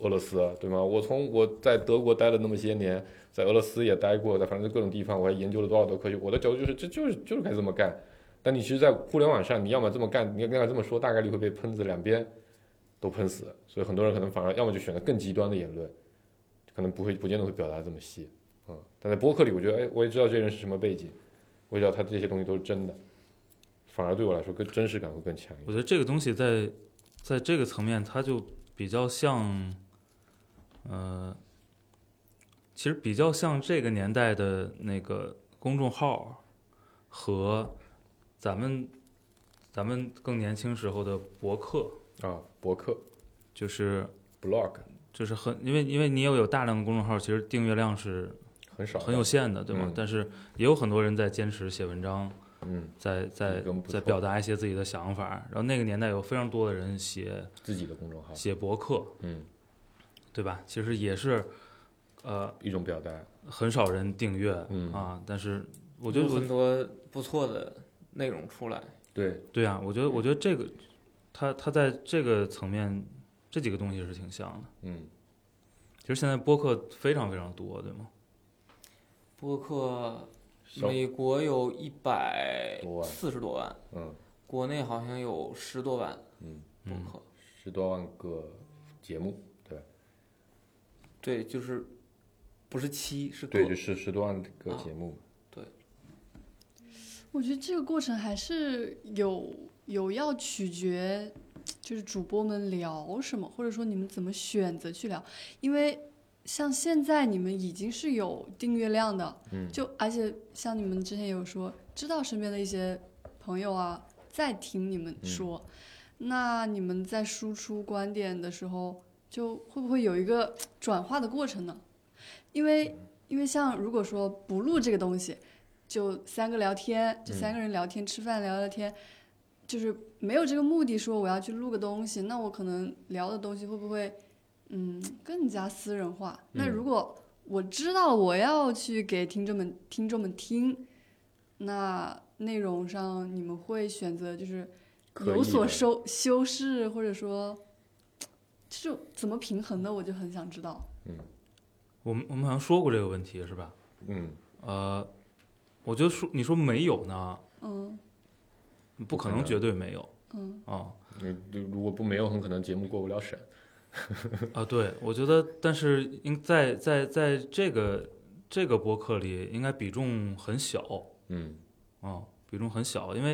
S4: 俄罗斯，对吗？我在德国待了那么些年，在俄罗斯也待过，在反正各种地方我还研究了多少的科学。我的角度就是就是该这么干。但你其实，在互联网上，你要么这么干，你要这么说，大概率会被喷子两边都喷死。所以很多人可能反而要么就选择更极端的言论，可能不见得会表达这么细。但在播客里，我觉得，我也知道这些人是什么背景，我也知道他这些东西都是真的，反而对我来说更真实感会更强一点。
S3: 我觉得这个东西在这个层面，它就比较像，其实比较像这个年代的那个公众号和咱们更年轻时候的博客
S4: 啊，博客
S3: 就是
S4: blog，
S3: 就是因为你有大量的公众号，其实订阅量是
S4: 很少
S3: 很有限的，对吗？但是也有很多人在坚持写文章，在表达一些自己的想法。然后那个年代有非常多的人写
S4: 自己的公众号，
S3: 写博客，对吧？其实也是
S4: 一种表达，
S3: 很少人订阅但是我觉得
S2: 有很多不错的内容出来。
S4: 对
S3: 啊，我觉得这个他在这个层面这几个东西是挺像的。其实现在播客非常非常多，对吗？
S2: 播客美国有140多万，国内好像有10多万，播客
S4: 10多万个节目，对吧？
S2: 对，就是不是期是个，
S4: 对，就是10多万个节目。
S2: 对，
S6: 我觉得这个过程还是有要取决，就是主播们聊什么，或者说你们怎么选择去聊，因为像现在你们已经是有订阅量的，而且像你们之前有说知道身边的一些朋友啊在听你们说，那你们在输出观点的时候，就会不会有一个转化的过程呢？因为像如果说不录这个东西，就3个聊天，就3个人聊天，吃饭聊天，就是没有这个目的说我要去录个东西，那我可能聊的东西会不会更加私人化？那如果我知道我要去给听众们听，那内容上你们会选择就是有所修饰，或者说这种怎么平衡的，我就很想知道。
S3: 我们好像说过这个问题是吧？我觉得你说没有呢，不可能绝对没有，
S4: 如果没有，很可能节目过不了审。
S3: 对，我觉得，但是在这个播客里，应该比重很小，比重很小，因为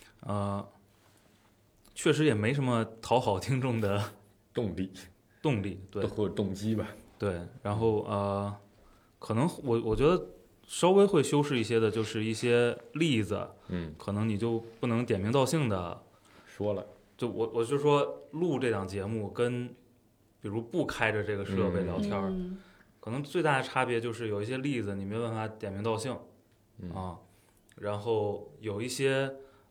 S3: 确实也没什么讨好听众的动力，对，
S4: 或者动机吧，
S3: 对，然后可能我觉得稍微会修饰一些的，就是一些例子，可能你就不能点名道姓的
S4: 说了，
S3: 就我就说录这档节目跟比如不开着这个设备聊天，可能最大的差别就是有一些例子你没办法点名道姓，然后有一些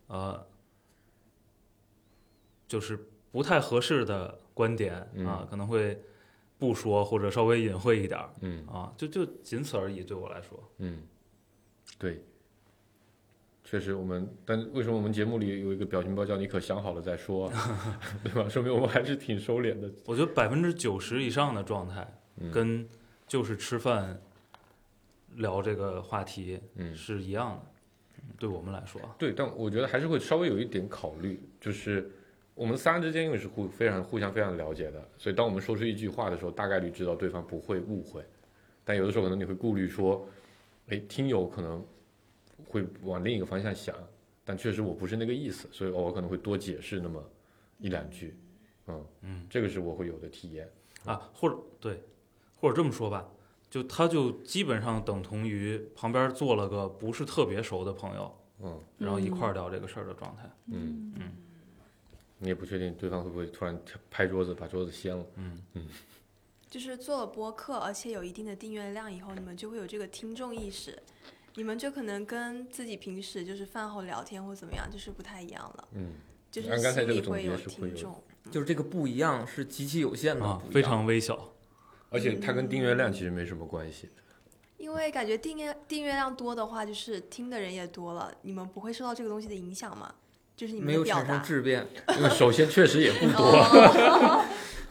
S3: 就是不太合适的观点可能会不说或者稍微隐晦一点，就仅此而已，对我来说，
S4: 对，确实但为什么我们节目里有一个表情包叫你可想好了再说，对吧？说明我们还是挺收敛的。
S3: 我觉得90%以上的状态，跟就是吃饭聊这个话题是一样的，对我们来说。
S4: 对，但我觉得还是会稍微有一点考虑，就是我们仨之间因为是互相非常了解的，所以当我们说出一句话的时候，大概率知道对方不会误会。但有的时候可能你会顾虑说，听友可能会往另一个方向想，但确实我不是那个意思，所以我可能会多解释那么1-2句，这个是我会有的体验
S3: 或者这么说吧，他就基本上等同于旁边坐了个不是特别熟的朋友，然后一块聊这个事儿的状态，
S4: 你也不确定对方会不会突然拍桌子把桌子掀了，
S5: 就是做了播客，而且有一定的订阅量以后，你们就会有这个听众意识，你们就可能跟自己平时就是饭后聊天或怎么样，就是不太一样了。就是
S4: 按刚才这个总
S5: 会有
S4: 结是会
S5: 听众，
S2: 就是这个不一样是极其有限的，
S3: 非常微小，
S4: 而且它跟订阅量其实没什么关系。
S5: 因为感觉订阅量多的话，就是听的人也多了，你们不会受到这个东西的影响吗？就是你们
S2: 没有
S5: 的表达
S2: 产生质变，
S4: 因为首先确实也不多，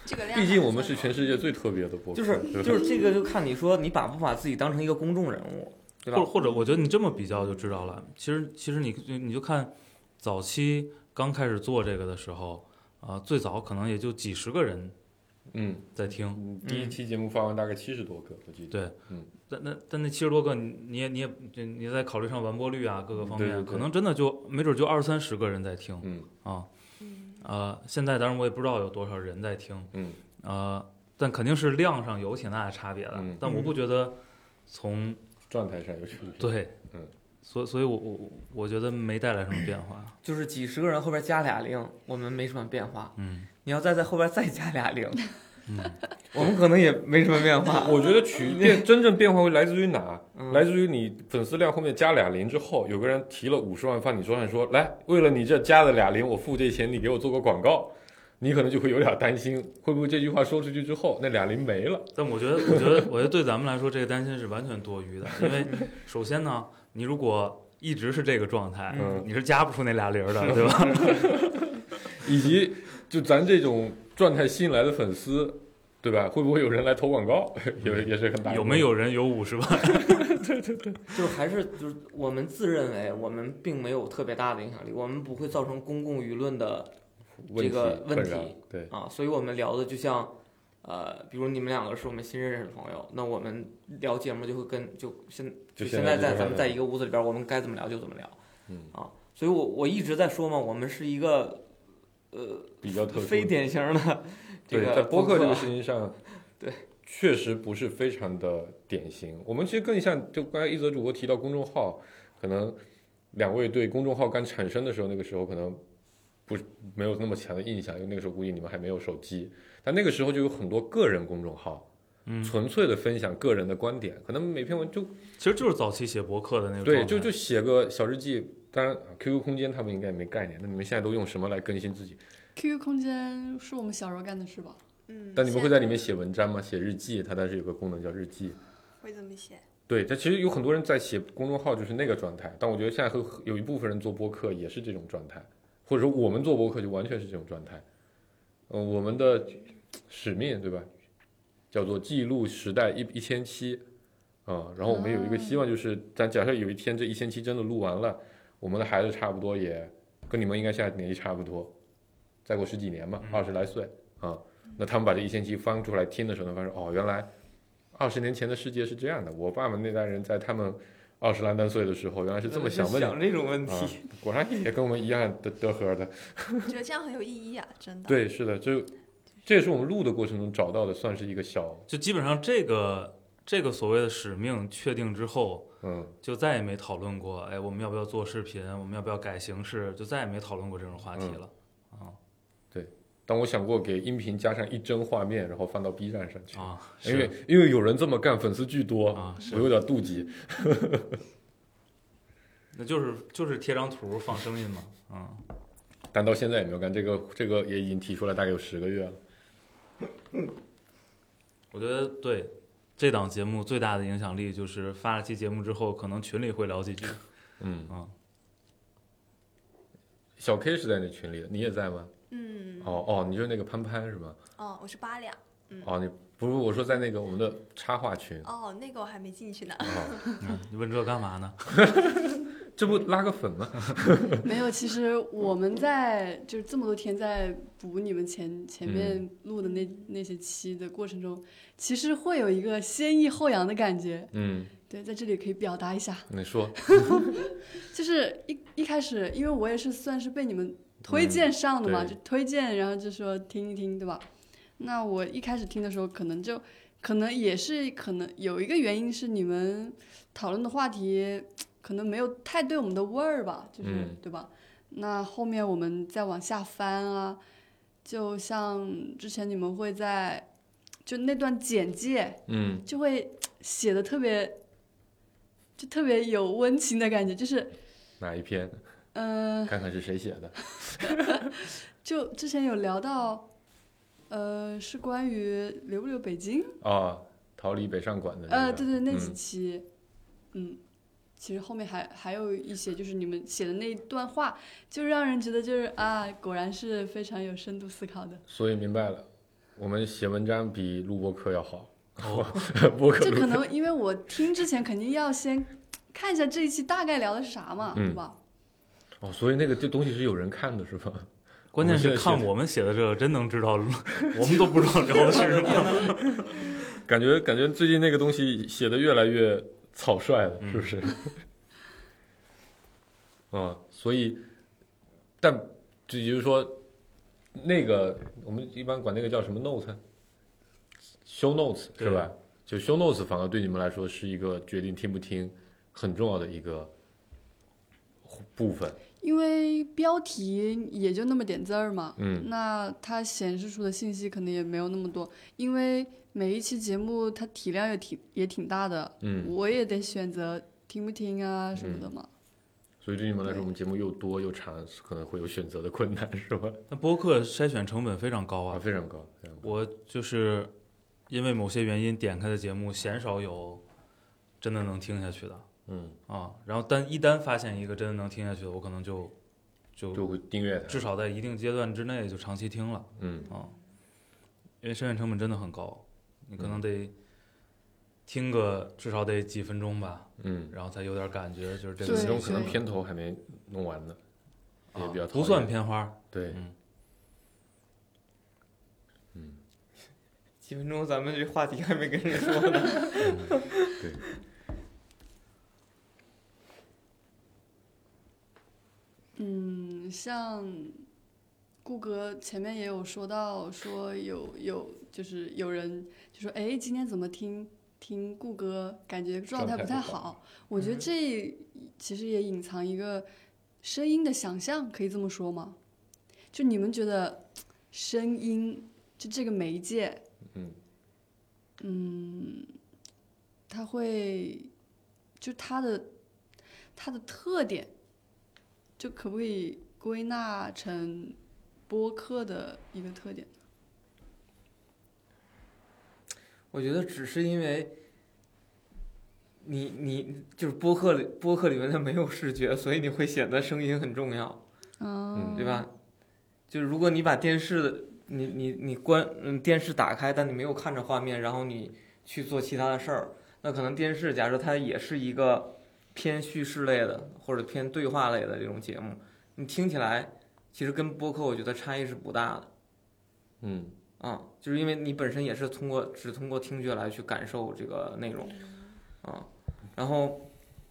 S5: 这个量，
S4: 毕竟我们是全世界最特别的播客，
S2: 就是这个就看你说你把不把自己当成一个公众人物，对吧？
S3: 或者我觉得你这么比较就知道了。其实你就看早期刚开始做这个的时候，最早可能也就几十个人，在听。
S4: 第一期节目发完大概70多个，我记得。
S3: 对，但那70多个，你也在考虑上完播率啊，各个方面，
S4: 对，
S3: 可能真的就没准就20-30个人在听。现在当然我也不知道有多少人在听。但肯定是量上有挺大的差别的。但我不觉得从
S4: 状态上有区别。
S3: 对，所以我觉得没带来什么变化。
S2: 就是几十个人后边加俩零，我们没什么变化。你要在后边再加俩零，我们可能也没什么变化。
S4: 我觉得真正变化会来自于哪？来自于你粉丝量后面加俩零之后，有个人提了50万放你桌上说，来，为了你这加了俩零，我付这钱，你给我做个广告。你可能就会有点担心，会不会这句话说出去之后，那俩零没了？
S3: 但我觉得对咱们来说，这个担心是完全多余的。因为首先呢，你如果一直是这个状态，你是加不出那俩零的，对吧？
S4: 以及就咱这种状态新来的粉丝，对吧？会不会有人来投广告？也是很大。
S3: 有没有人有50万？
S2: 对，就是我们自认为我们并没有特别大的影响力，我们不会造成公共舆论的这个问题，
S4: 对
S2: 啊，所以我们聊的就像，比如你们两个是我们新认识的朋友，那我们聊节目就会现在咱们在一个屋子里边，我们该怎么聊就怎么聊，所以我一直在说嘛，我们是一个
S4: 比较特殊
S2: 非典型的这个
S4: 在播客这个事情上，
S2: 对，
S4: 确实不是非常的典型。我们其实更像，就刚才一泽主播提到公众号，可能两位对公众号刚产生的时候，那个时候可能没有那么强的印象，因为那个时候估计你们还没有手机，但那个时候就有很多个人公众号，纯粹的分享个人的观点，可能每篇文
S3: 其实就是早期写博客的那个
S4: 对，就写个小日记。当然 QQ 空间他们应该也没概念，那你们现在都用什么来更新自己？
S6: QQ 空间是我们小时候干的事吧？
S4: 但你们会在里面写文章吗？写日记，它当时有个功能叫日记。
S5: 会这么写？
S4: 对，但其实有很多人在写公众号，就是那个状态。但我觉得现在有一部分人做播客也是这种状态，或者说我们做播客就完全是这种状态。我们的使命对吧，叫做记录时代1000期然后我们有一个希望，就是咱假设有一天这1000期真的录完了，我们的孩子差不多也跟你们应该现在年纪差不多，再过10几年嘛，20来岁那他们把这1000期翻出来听的时候，发现原来20年前的世界是这样的。我爸爸那代人在他们20来单岁的时候，原来是这么想
S2: 这种问题，
S4: 果然也跟我们一样得呵的。
S5: 我觉得这样很有意义啊，真的。
S4: 对，是的，这也是我们录的过程中找到的，算是一个
S3: 就基本上这个所谓的使命确定之后，就再也没讨论过，哎，我们要不要做视频，我们要不要改形式，就再也没讨论过这种话题了。
S4: 对。但我想过给音频加上一帧画面，然后放到 B 站上去因为有人这么干，粉丝巨多我有点妒忌。
S3: 那就是贴张图放声音嘛，
S4: 但到现在也没有干这个也已经提出来大概有10个月了。
S3: 我觉得对这档节目最大的影响力就是发了期节目之后，可能群里会聊几句。
S4: 小 K 是在那群里的，你也在吗？你就是那个潘是吗？
S5: 我是8两。
S4: 你不是，我说在那个我们的插画群。
S5: 那个我还没进去呢。
S3: 你问这干嘛呢？
S4: 这不拉个粉吗？
S6: 没有，其实我们在就是这么多天在补你们前面录的那些期的过程中，其实会有一个先抑后扬的感觉。对，在这里可以表达一下。
S4: 你说。
S6: 就是一开始，因为我也是算是被你们推荐上的嘛，就推荐，然后就说听一听，对吧？那我一开始听的时候，可能有一个原因是你们讨论的话题可能没有太对我们的味儿吧，就是对吧？那后面我们再往下翻啊，就像之前你们会在就那段简介，就会写的特别有温情的感觉，就是
S4: 哪一篇？看看是谁写的。
S6: 就之前有聊到，是关于留不留北京
S4: 逃离北上广的
S6: 对那几期，其实后面还有一些，就是你们写的那一段话，就让人觉得就是果然是非常有深度思考的。
S4: 所以明白了， 我们写文章比录播课要好。
S6: 播客这可能因为我听之前肯定要先看一下这一期大概聊的是啥嘛，对吧？
S4: 所以这东西是有人看的是吧？
S3: 关键是看我们写的这个，真能知道，我们都不知道聊的是什么。
S4: 感觉最近那个东西写的越来越草率了，是不是？所以，但就也就是说，那个我们一般管那个叫什么 note。show notes 是吧？就 show notes 反而对你们来说是一个决定听不听很重要的一个部分，
S6: 因为标题也就那么点字儿嘛，那它显示出的信息可能也没有那么多，因为每一期节目它体量也挺大的，我也得选择听不听啊什么的嘛。
S4: 所以对你们来说，我们节目又多又长，可能会有选择的困难，是吧？
S3: 那播客筛选成本非常高啊，
S4: 非常高。
S3: 我就是因为某些原因点开的节目，鲜少有真的能听下去的。然后一旦发现一个真的能听下去的，我可能就
S4: 会订阅它，
S3: 至少在一定阶段之内就长期听了。因为筛选成本真的很高，你可能得听个至少得几分钟吧，然后才有点感觉，就是这个。
S4: 几分钟可能片头还没弄完呢，也比较
S3: 不算片花。
S4: 对，
S2: 几分钟咱们这话题还没跟人说呢。
S4: 对。
S6: 像顾哥前面也有说到，说有就是有人就说，哎，今天怎么听顾哥感觉状态不太好？我觉得这其实也隐藏一个声音的想象，可以这么说吗？就你们觉得声音就这个媒介，它会就它的特点，就可不可以归纳成播客的一个特点？
S2: 我觉得只是因为你就是播客里面它没有视觉，所以你会显得声音很重要，对吧？就是如果你把电视你电视打开，但你没有看着画面，然后你去做其他的事儿，那可能电视假设它也是一个偏叙事类的或者偏对话类的这种节目，你听起来其实跟播客我觉得差异是不大的。就是因为你本身也是只通过听觉来去感受这个内容，然后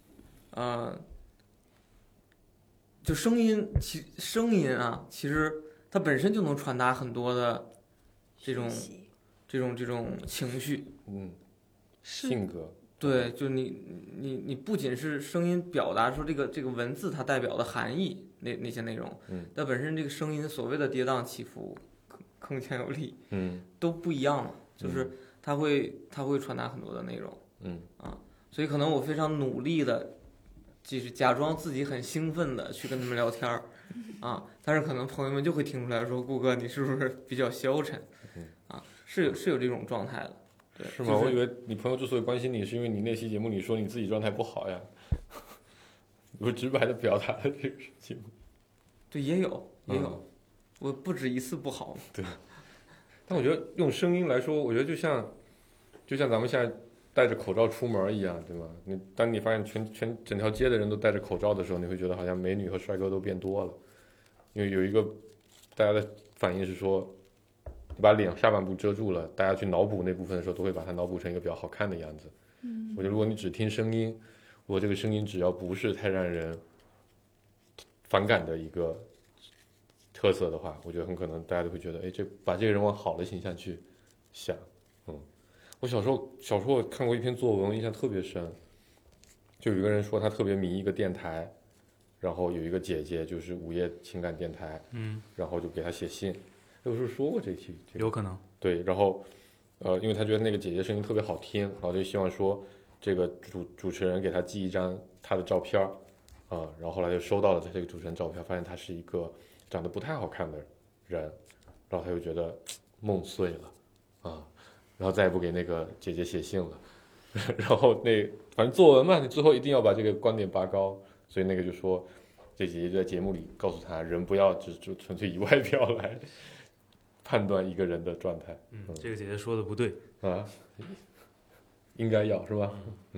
S2: 就声音啊，其实它本身就能传达很多的这种情绪，
S4: 性格。
S2: 对，就你不仅是声音表达出这个文字它代表的含义，那些内容，它本身这个声音所谓的跌宕起伏、铿锵有力，都不一样嘛，就是它会传达很多的内容，所以可能我非常努力的，就是假装自己很兴奋的去跟他们聊天但是可能朋友们就会听出来说，顾哥你是不是比较消沉，是有这种状态的。对，
S4: 是吗？我以为你朋友之所以关心你，是因为你那期节目里说你自己状态不好呀，我直白的表达了这个事情。
S2: 对，也有，我不止一次不好。
S4: 对，但我觉得用声音来说，我觉得就像咱们现在戴着口罩出门一样，对吗？当你发现整条街的人都戴着口罩的时候，你会觉得好像美女和帅哥都变多了，因为有一个大家的反应是说，你把脸下半部遮住了，大家去脑补那部分的时候，都会把它脑补成一个比较好看的样子。我觉得如果你只听声音，我这个声音只要不是太让人反感的一个特色的话，我觉得很可能大家都会觉得，哎，把这个人往好的形象去想。我小时候看过一篇作文，我印象特别深，就有一个人说他特别迷一个电台，然后有一个姐姐就是午夜情感电台，然后就给他写信。我是不是说过这题？
S3: 有可能。
S4: 对，然后因为他觉得那个姐姐声音特别好听，然后就希望说这个主持人给他寄一张他的照片然后后来就收到了这个主持人照片，发现他是一个长得不太好看的人，然后他就觉得梦碎了然后再也不给那个姐姐写信了。然后反正作文嘛，你最后一定要把这个观点拔高，所以那个就说这姐姐就在节目里告诉他，人不要只纯粹以外表来判断一个人的状态。
S3: 这个姐姐说的不对
S4: 啊，应该要是吧？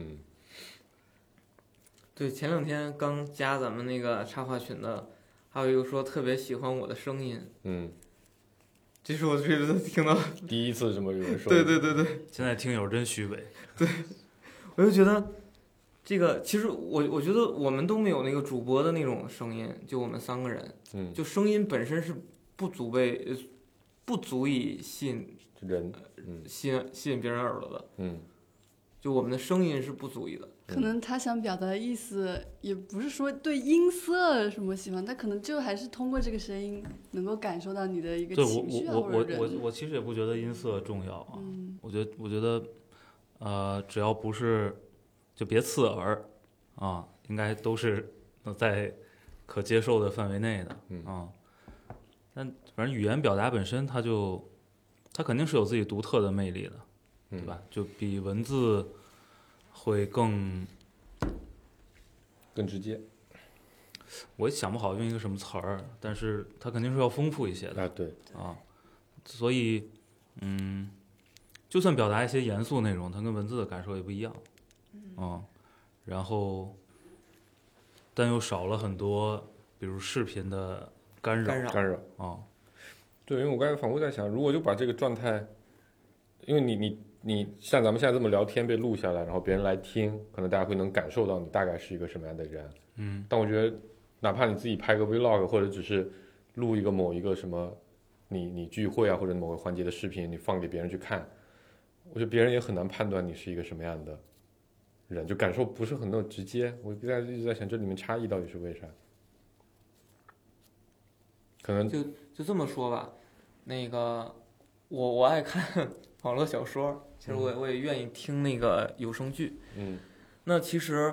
S2: 对，前2天刚加咱们那个插话群的，还有一个说特别喜欢我的声音。这是我觉得听到
S4: 第一次这么有人说。
S2: 对，
S3: 现在听友真虚伪。
S2: 对，我就觉得这个其实我觉得我们都没有那个主播的那种声音，就我们3个人，就声音本身是不足以吸引
S4: 人，
S2: 吸引别人耳朵的。就我们的声音是不足以的。
S6: 可能他想表达的意思也不是说对音色什么喜欢，他可能就还是通过这个声音能够感受到你的一个情绪啊，或者
S3: 我其实也不觉得音色重要啊。我觉得只要不是就别刺耳啊，应该都是在可接受的范围内的啊。但反正语言表达本身它肯定是有自己独特的魅力的，对吧？就比文字会更
S4: 直接。
S3: 我也想不好用一个什么词儿，但是它肯定是要丰富一些的。
S4: 对
S3: 啊，所以就算表达一些严肃内容，它跟文字的感受也不一样。然后但又少了很多，比如视频的干扰啊。
S4: 对，因为我刚才反复在想，如果就把这个状态，因为你像咱们现在这么聊天被录下来，然后别人来听，可能大家会能感受到你大概是一个什么样的人。但我觉得哪怕你自己拍个 vlog， 或者只是录一个某一个什么你聚会啊或者某个环节的视频，你放给别人去看，我觉得别人也很难判断你是一个什么样的人，就感受不是很那么直接。我一直在想这里面差异到底是为啥。可能
S2: 就这么说吧，那个我爱看网络小说，其实我也愿意听那个有声剧。那其实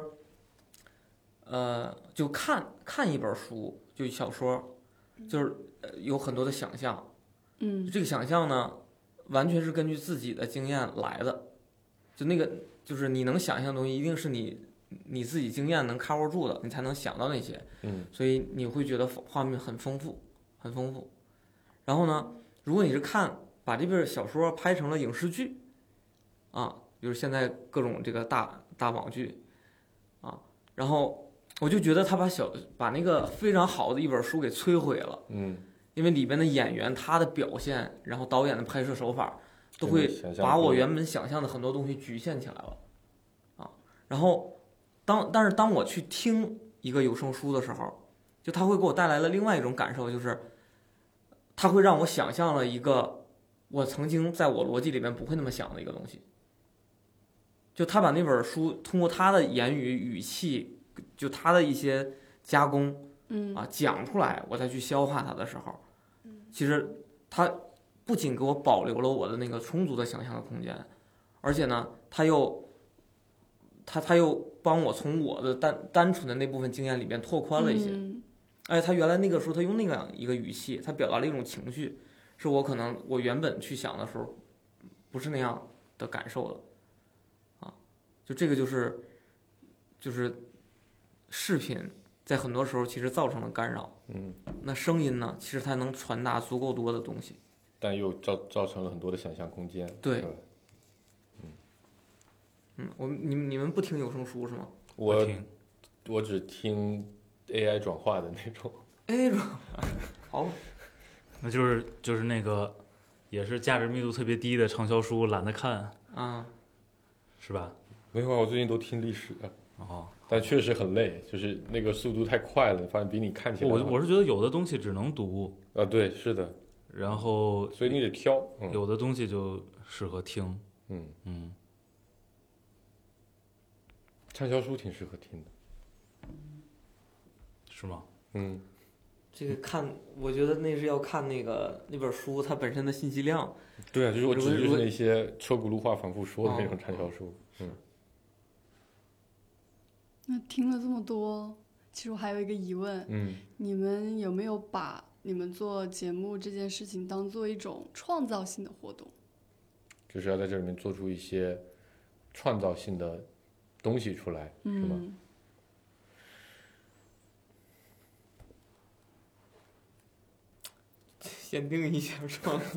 S2: 就看一本书，就小说，就是有很多的想象。这个想象呢，完全是根据自己的经验来的。就那个就是你能想象的东西，一定是你自己经验能 cover 住的，你才能想到那些。所以你会觉得画面很丰富。然后呢，如果你是把这本小说拍成了影视剧啊，比如现在各种这个大网剧啊，然后我就觉得他把那个非常好的一本书给摧毁了。因为里边的演员他的表现，然后导演的拍摄手法，都会把我原本想象的很多东西局限起来了啊。然后但是当我去听一个有声书的时候，就它会给我带来了另外一种感受，就是它会让我想象了一个我曾经在我逻辑里面不会那么想的一个东西。就他把那本书通过他的言语语气，就他的一些加工，讲出来，我再去消化它的时候，其实他不仅给我保留了我的那个充足的想象的空间，而且呢，他又帮我从我的单纯的那部分经验里面拓宽了一些。他原来那个时候他用那样一个语气，他表达了一种情绪，是我原本去想的时候不是那样的感受的啊。就这个就是视频在很多时候其实造成了干扰。那声音呢，其实它能传达足够多的东西，
S4: 但又造成了很多的想象空间。
S2: 对。你们不听有声书是吗？
S4: 我只听 AI 转化的那种。
S2: AI 转化，好，
S3: 那就是那个也是价值密度特别低的畅销书，懒得看
S2: 啊，
S3: 是吧？
S4: 没有啊，我最近都听历史的。但确实很累，就是那个速度太快了，发现比你看起来。
S3: 我是觉得有的东西只能读
S4: 啊，对，是的。
S3: 然后
S4: 所以你得挑，
S3: 有的东西就适合听。
S4: 畅销书挺适合听的。
S3: 是吗？
S2: 这个我觉得那是要看那本书它本身的信息量。
S4: 对啊，就是我指就是那些车轱辘话反复说的那种畅销书。
S6: 那听了这么多，其实我还有一个疑问，你们有没有把你们做节目这件事情当做一种创造性的活动？
S4: 就是要在这里面做出一些创造性的东西出来，是吗？
S2: 限定一下创造。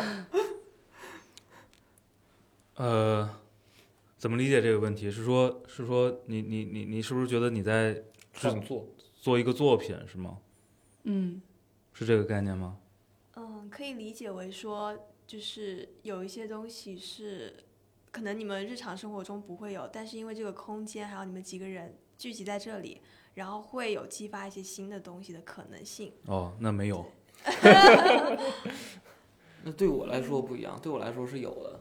S3: 怎么理解这个问题？是说你是不是觉得你在
S4: 创作
S3: 做一个作品是吗？是这个概念吗？
S5: 可以理解为说，就是有一些东西是可能你们日常生活中不会有，但是因为这个空间还有你们几个人聚集在这里，然后会有激发一些新的东西的可能性。
S3: 那没有。
S2: 那对我来说不一样，对我来说是有的。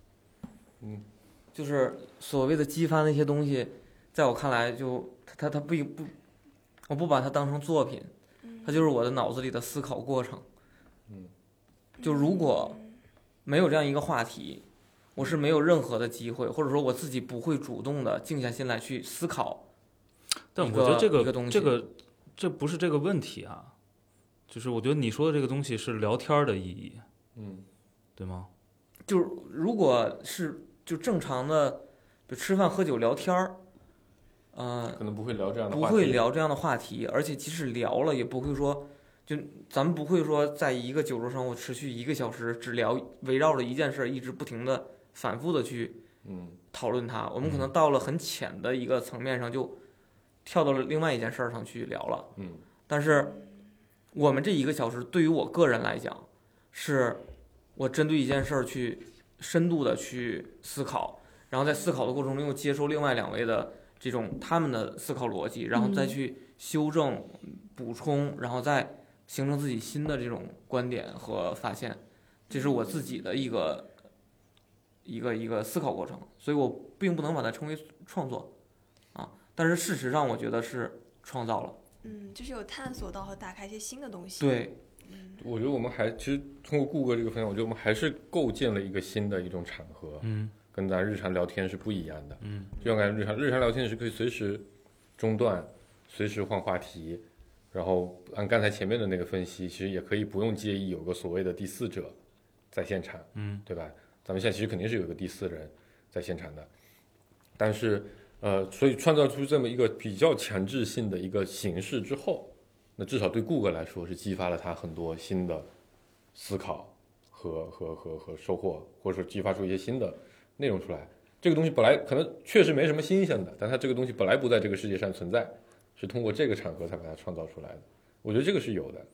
S2: 就是所谓的激发那些东西，在我看来就它不，我不把它当成作品，它就是我的脑子里的思考过程。就如果没有这样一个话题，我是没有任何的机会，或者说我自己不会主动的静下心来去思考。
S3: 但我觉得这不是这个问题啊，就是我觉得你说的这个东西是聊天的意义，对吗？
S2: 就是如果是就正常的，就吃饭喝酒聊天儿，
S4: 可能不会聊这样的话题，
S2: 不会聊这样的话题，而且即使聊了，也不会说，就咱们不会说在一个酒桌上，我持续1个小时只聊围绕着一件事，一直不停的反复的去讨论它。我们可能到了很浅的一个层面上，就跳到了另外一件事上去聊了。但是我们这1个小时对于我个人来讲，是我针对一件事去深度的去思考，然后在思考的过程中又接受另外2位的这种他们的思考逻辑，然后再去修正、补充，然后再形成自己新的这种观点和发现，这是我自己的一个思考过程，所以我并不能把它称为创作啊，但是事实上我觉得是创造了。
S5: 就是有探索到和打开一些新的东西。
S2: 对，
S4: 我觉得我们其实通过顾哥这个分享，我觉得我们还是构建了一个新的一种场合，跟咱日常聊天是不一样的，就像感觉日常聊天是可以随时中断，随时换话题，然后按刚才前面的那个分析，其实也可以不用介意有个所谓的第4者在现场，对吧？咱们现在其实肯定是有一个第4人在现场的，但是所以创造出这么一个比较强制性的一个形式之后，那至少对顾哥来说是激发了他很多新的思考和收获，或者说激发出一些新的内容出来。这个东西本来可能确实没什么新鲜的，但它这个东西本来不在这个世界上存在，是通过这个场合才把它创造出来的。我觉得这个是有的。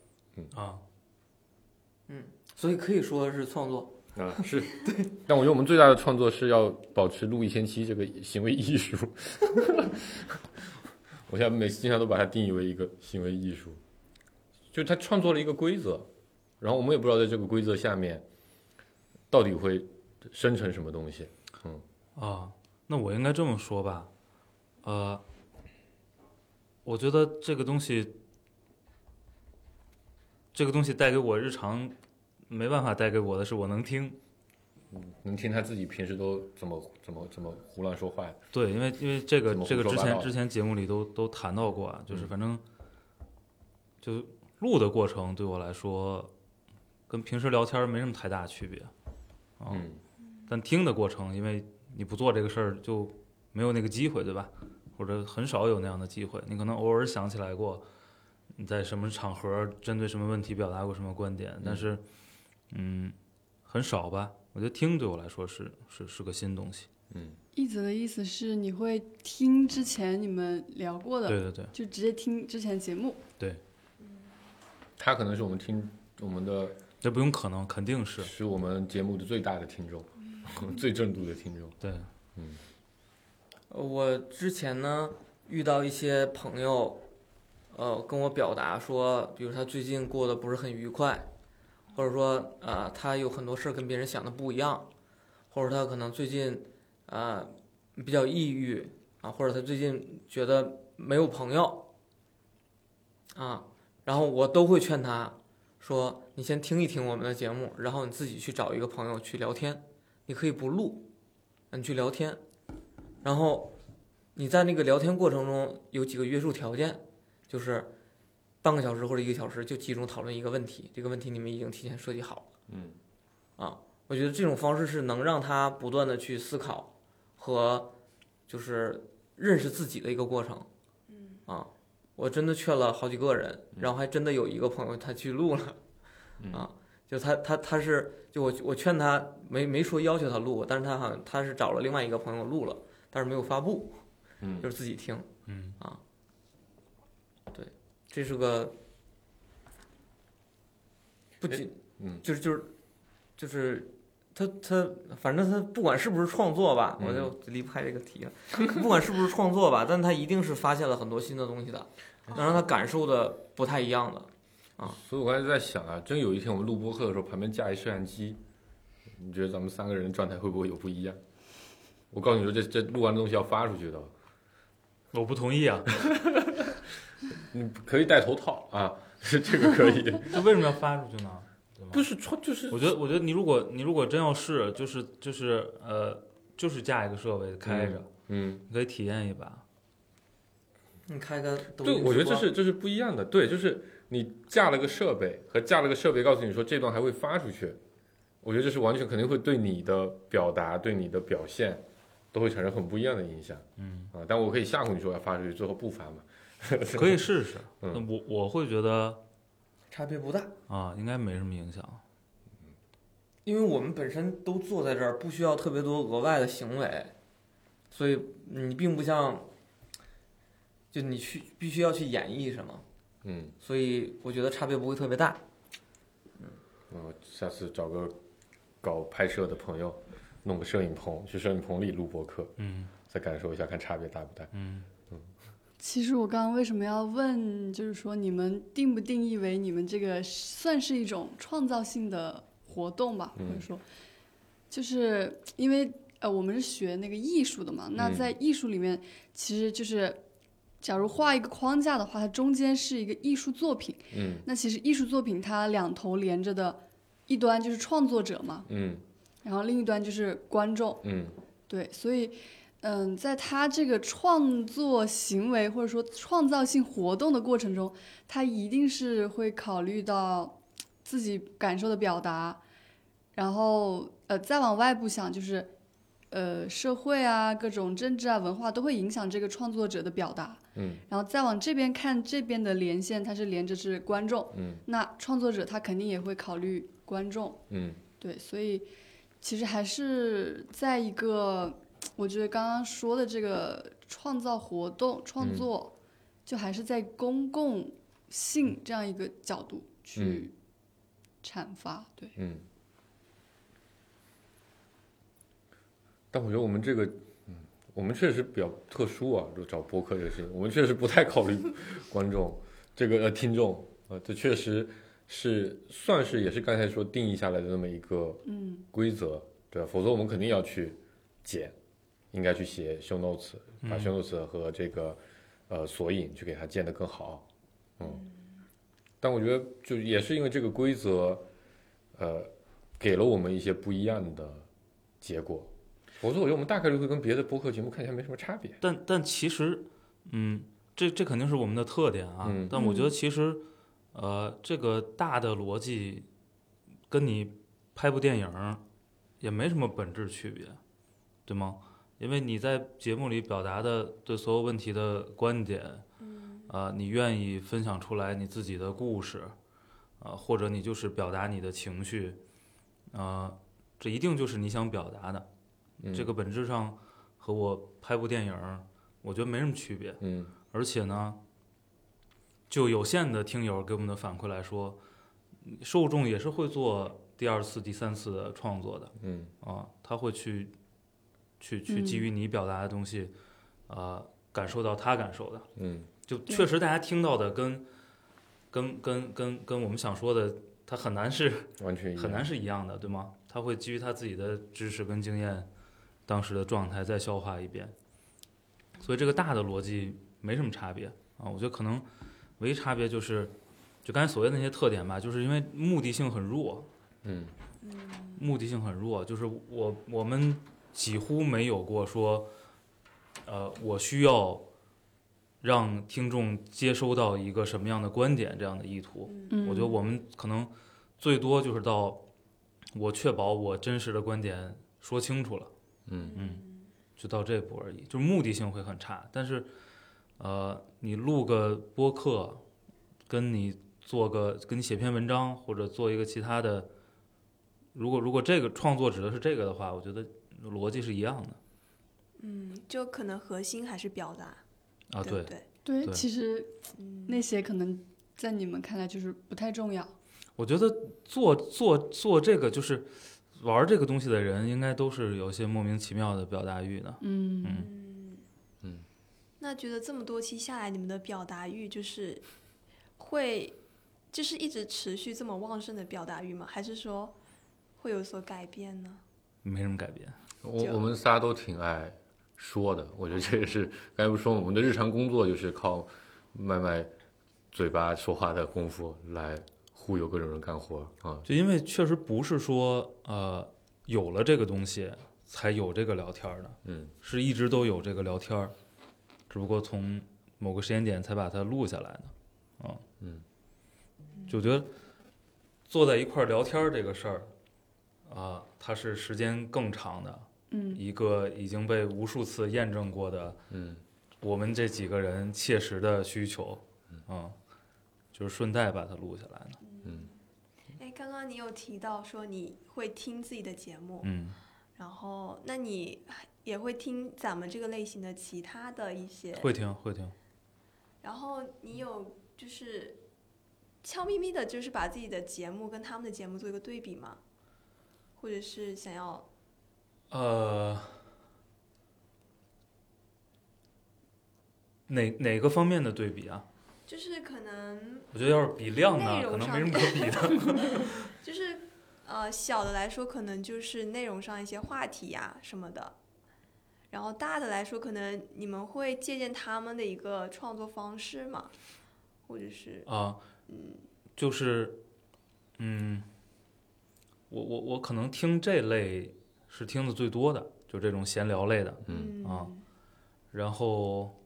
S2: 所以可以说是创作。
S4: 是对，但我觉得我们最大的创作是要保持录1000期这个行为艺术。我现在经常都把它定义为一个行为艺术，就是他创作了一个规则，然后我们也不知道在这个规则下面到底会生成什么东西。
S3: 那我应该这么说吧，我觉得这个东西带给我日常没办法带给我的是我能听，
S4: 能听他自己平时都怎么胡乱说话。
S3: 对，因为这个之前节目里都谈到过啊，就是反正就录的过程对我来说跟平时聊天没什么太大区别，但听的过程，因为你不做这个事儿就没有那个机会，对吧？或者很少有那样的机会，你可能偶尔想起来过你在什么场合针对什么问题表达过什么观点，但是很少吧。我觉得听对我来说是个新东西。
S6: 一泽的意思是你会听之前你们聊过的，
S3: 对，
S6: 就直接听之前节目。
S3: 对，
S4: 他可能是我们的，
S3: 这不用可能，肯定是
S4: 我们节目的最大的听众，最正度的听众。
S3: 对，
S2: 我之前呢遇到一些朋友，跟我表达说，比如他最近过得不是很愉快，或者说他有很多事跟别人想的不一样，或者他可能最近比较抑郁或者他最近觉得没有朋友然后我都会劝他说，你先听一听我们的节目，然后你自己去找一个朋友去聊天，你可以不录，你去聊天，然后你在那个聊天过程中有几个约束条件，就是半个小时或者1个小时就集中讨论一个问题，这个问题你们已经提前设计好了。我觉得这种方式是能让他不断的去思考和就是认识自己的一个过程。我真的劝了好几个人，然后还真的有一个朋友他去录了就他是就我劝他没说要求他录，但是他好像他是找了另外一个朋友录了，但是没有发布，就是自己听，对，这是个不仅就是他反正他不管是不是创作吧，我就离不开这个题了，不管是不是创作吧，但他一定是发现了很多新的东西的，能让他感受的不太一样的。
S4: 所以我刚才在想啊，真有一天我们录播课的时候旁边架一摄像机，你觉得咱们3个人的状态会不会有不一样？我告诉你说，这录完的东西要发出去的。
S3: 我不同意啊。
S4: 你可以戴头套啊，这个可以。
S3: 这为什么要发出去呢？
S4: 不是就是
S3: 我觉得你如果真要试，就是架一个设备开着，你可以体验一把。
S2: 你开个抖
S4: 音，对，我觉得这是不一样的。对，就是你架了个设备和架了个设备，告诉你说这段还会发出去，我觉得这是完全肯定会对你的表达、对你的表现都会产生很不一样的影响。但我可以吓唬你说要发出去，最后不发嘛。
S3: 可以试试。我会觉得
S2: 差别不大
S3: 啊，应该没什么影响。
S2: 因为我们本身都坐在这儿，不需要特别多额外的行为，所以你并不像，就你必须要去演绎什么。所以我觉得差别不会特别大。
S4: 下次找个搞拍摄的朋友，弄个摄影棚，去摄影棚里录播客，再感受一下，看差别大不大。
S6: 其实我刚刚为什么要问，就是说你们定不定义为你们这个算是一种创造性的活动吧，或者说，就是因为我们是学那个艺术的嘛，那在艺术里面，其实就是假如画一个框架的话，它中间是一个艺术作品，那其实艺术作品它两头连着的，一端就是创作者嘛，然后另一端就是观众，对，所以。在他这个创作行为或者说创造性活动的过程中，他一定是会考虑到自己感受的表达，然后再往外部想，就是社会啊、各种政治啊、文化都会影响这个创作者的表达。然后再往这边看，这边的连线它是连着是观众。那创作者他肯定也会考虑观众。对，所以其实还是在一个。我觉得刚刚说的这个创造活动、创作，就还是在公共性这样一个角度去阐发，对。
S4: 但我觉得我们这个，我们确实比较特殊啊，就找播客这个事情，我们确实不太考虑观众这个听众这确实是算是也是刚才说定义下来的那么一个规则，对吧？否则我们肯定要去剪。应该去写 show notes， 把 show notes 和这个索引去给它建得更好，但我觉得就也是因为这个规则，给了我们一些不一样的结果，否则我觉得我们大概率会跟别的播客节目看起来没什么差别。
S3: 但其实，这肯定是我们的特点啊。但我觉得其实，这个大的逻辑跟你拍部电影也没什么本质区别，对吗？因为你在节目里表达的对所有问题的观点，你愿意分享出来你自己的故事，或者你就是表达你的情绪，这一定就是你想表达的。这个本质上和我拍部电影，我觉得没什么区别。而且呢，就有限的听友给我们的反馈来说，受众也是会做第2次、第3次的创作的。他会去基于你表达的东西，感受到他感受的，就确实大家听到的跟我们想说的，他很难是
S4: 完全
S3: 很难是一样的，对吗？他会基于他自己的知识跟经验，当时的状态再消化一遍，所以这个大的逻辑没什么差别啊。我觉得可能唯一差别就是，就刚才所谓的那些特点吧，就是因为目的性很弱，目的性很弱，就是我们。几乎没有过说，我需要让听众接收到一个什么样的观点这样的意图。我觉得我们可能最多就是到我确保我真实的观点说清楚了，就到这步而已，就是目的性会很差。但是，你录个播客，跟你写篇文章或者做一个其他的如果这个创作指的是这个的话，我觉得逻辑是一样的。
S5: 就可能核心还是表达
S3: 啊，
S5: 对
S6: 对，其实那些可能在你们看来就是不太重要。
S3: 我觉得做这个就是玩这个东西的人，应该都是有些莫名其妙的表达欲的。
S5: 那觉得这么多期下来，你们的表达欲就是会就是一直持续这么旺盛的表达欲吗？还是说会有所改变呢？
S3: 没什么改变。
S4: 我们仨都挺爱说的，我觉得这也是刚才不说我们的日常工作就是靠卖嘴巴说话的功夫来忽悠各种人干活啊。
S3: 就因为确实不是说有了这个东西才有这个聊天的，是一直都有这个聊天，只不过从某个时间点才把它录下来的，就觉得坐在一块聊天这个事儿它是时间更长的，一个已经被无数次验证过的，我们这几个人切实的需求，就是顺带把它录下来的。
S5: 刚刚你有提到说你会听自己的节目，然后那你也会听咱们这个类型的其他的一些？
S3: 会听。
S5: 然后你有就是悄咪咪的，就是把自己的节目跟他们的节目做一个对比吗？或者是想要？
S3: 哪个方面的对比啊？
S5: 就是可能，
S3: 我觉得要是比量呢，可能没什么可比的。
S5: 就是小的来说，可能就是内容上一些话题呀什么的，然后大的来说，可能你们会借鉴他们的一个创作方式嘛，或者是
S3: 就是我可能听这类是听的最多的，就这种闲聊类的，然后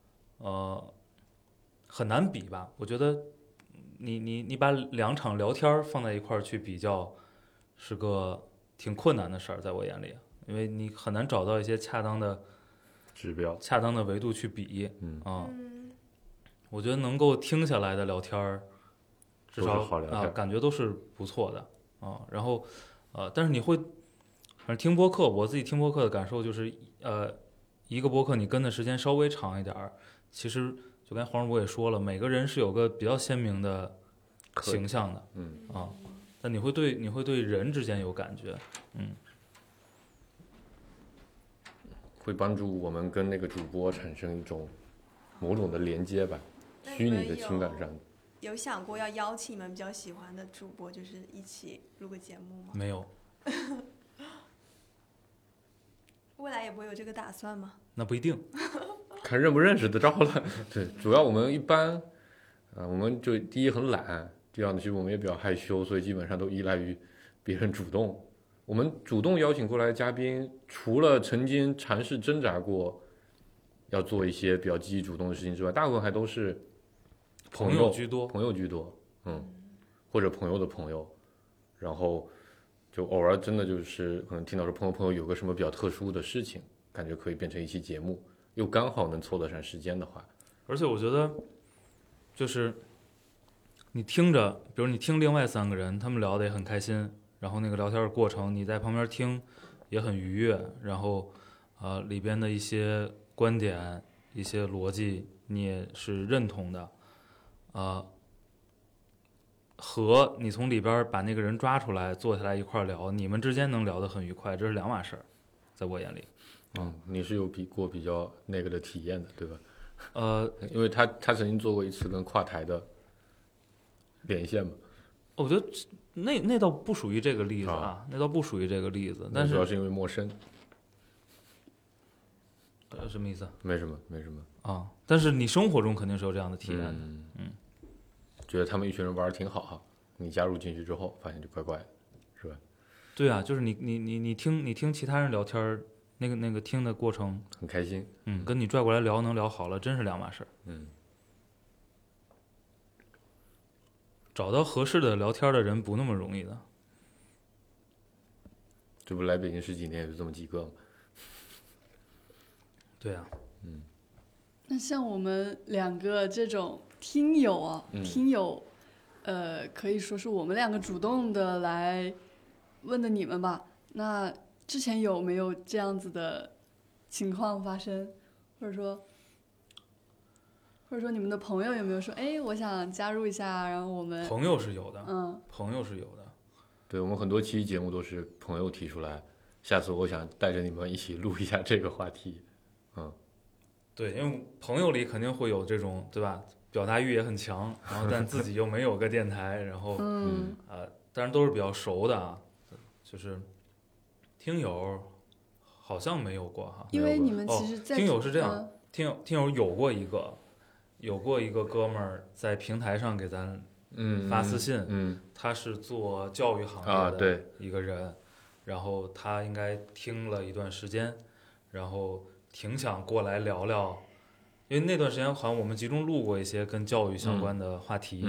S3: 很难比吧？我觉得你把两场聊天放在一块儿去比较，是个挺困难的事儿，在我眼里，因为你很难找到一些恰当的
S4: 指标、
S3: 恰当的维度去比。我觉得能够听下来的聊天，至少感觉都是不错的然后但是你会，反正听播客，我自己听播客的感受就是一个播客你跟的时间稍微长一点儿，其实就跟黄世博也说了，每个人是有个比较鲜明的形象的，但你会对人之间有感觉，
S4: 会帮助我们跟那个主播产生一种某种的连接吧，虚拟的情感上。
S5: 有想过要邀请你们比较喜欢的主播，就是一起录个节目吗？
S3: 没有。
S5: 未来也不会有这个打算吗？
S3: 那不一定，
S4: 看认不认识得着了。对，主要我们一般，我们就第一很懒，第二呢，其实我们也比较害羞，所以基本上都依赖于别人主动。我们主动邀请过来的嘉宾，除了曾经尝试挣扎过要做一些比较积极主动的事情之外，大部分还都是
S3: 朋友居多，
S4: 或者朋友的朋友，然后就偶尔真的就是可能听到说朋友有个什么比较特殊的事情，感觉可以变成一期节目，又刚好能凑得上时间的话。
S3: 而且我觉得就是你听着，比如你听另外3个人他们聊得也很开心，然后那个聊天的过程你在旁边听也很愉悦，然后里边的一些观点一些逻辑你也是认同的，和你从里边把那个人抓出来坐下来一块聊，你们之间能聊得很愉快，这是2码事儿，在我眼里。
S4: 你是有过比较那个的体验的，对吧？因为他曾经做过一次跟跨台的连线嘛。
S3: 我觉得那倒不属于这个例子那倒不属于这个例子，但是
S4: 主要是因为陌生。
S3: 什么意思？
S4: 没什么
S3: 但是你生活中肯定是有这样的体验的。
S4: 觉得他们一群人玩的挺好你加入进去之后发现就怪怪的，是吧？
S3: 对啊，就是你听其他人聊天，那个听的过程
S4: 很开心，
S3: 跟你拽过来聊能聊好了，真是2码事。找到合适的聊天的人不那么容易的。
S4: 这不来北京10几年也就这么几个吗？
S3: 对啊。
S6: 那像我们2个这种听友可以说是我们2个主动的来问的你们吧，那之前有没有这样子的情况发生，或者说你们的朋友有没有说，哎，我想加入一下，然后我们
S3: 朋友是有的，朋友是有的。
S4: 对，我们很多期节目都是朋友提出来，下次我想带着你们一起录一下这个话题。
S3: 对，因为朋友里肯定会有这种，对吧？表达欲也很强，然后但自己又没有个电台，然后当然都是比较熟的啊，就是听友好像没有过哈。
S6: 因为你们其实在
S3: 听友是这样，听友有过一个哥们儿在平台上给咱发私信，他是做教育行业的一个人，然后他应该听了一段时间，然后挺想过来聊聊，因为那段时间好像我们集中录过一些跟教育相关的话题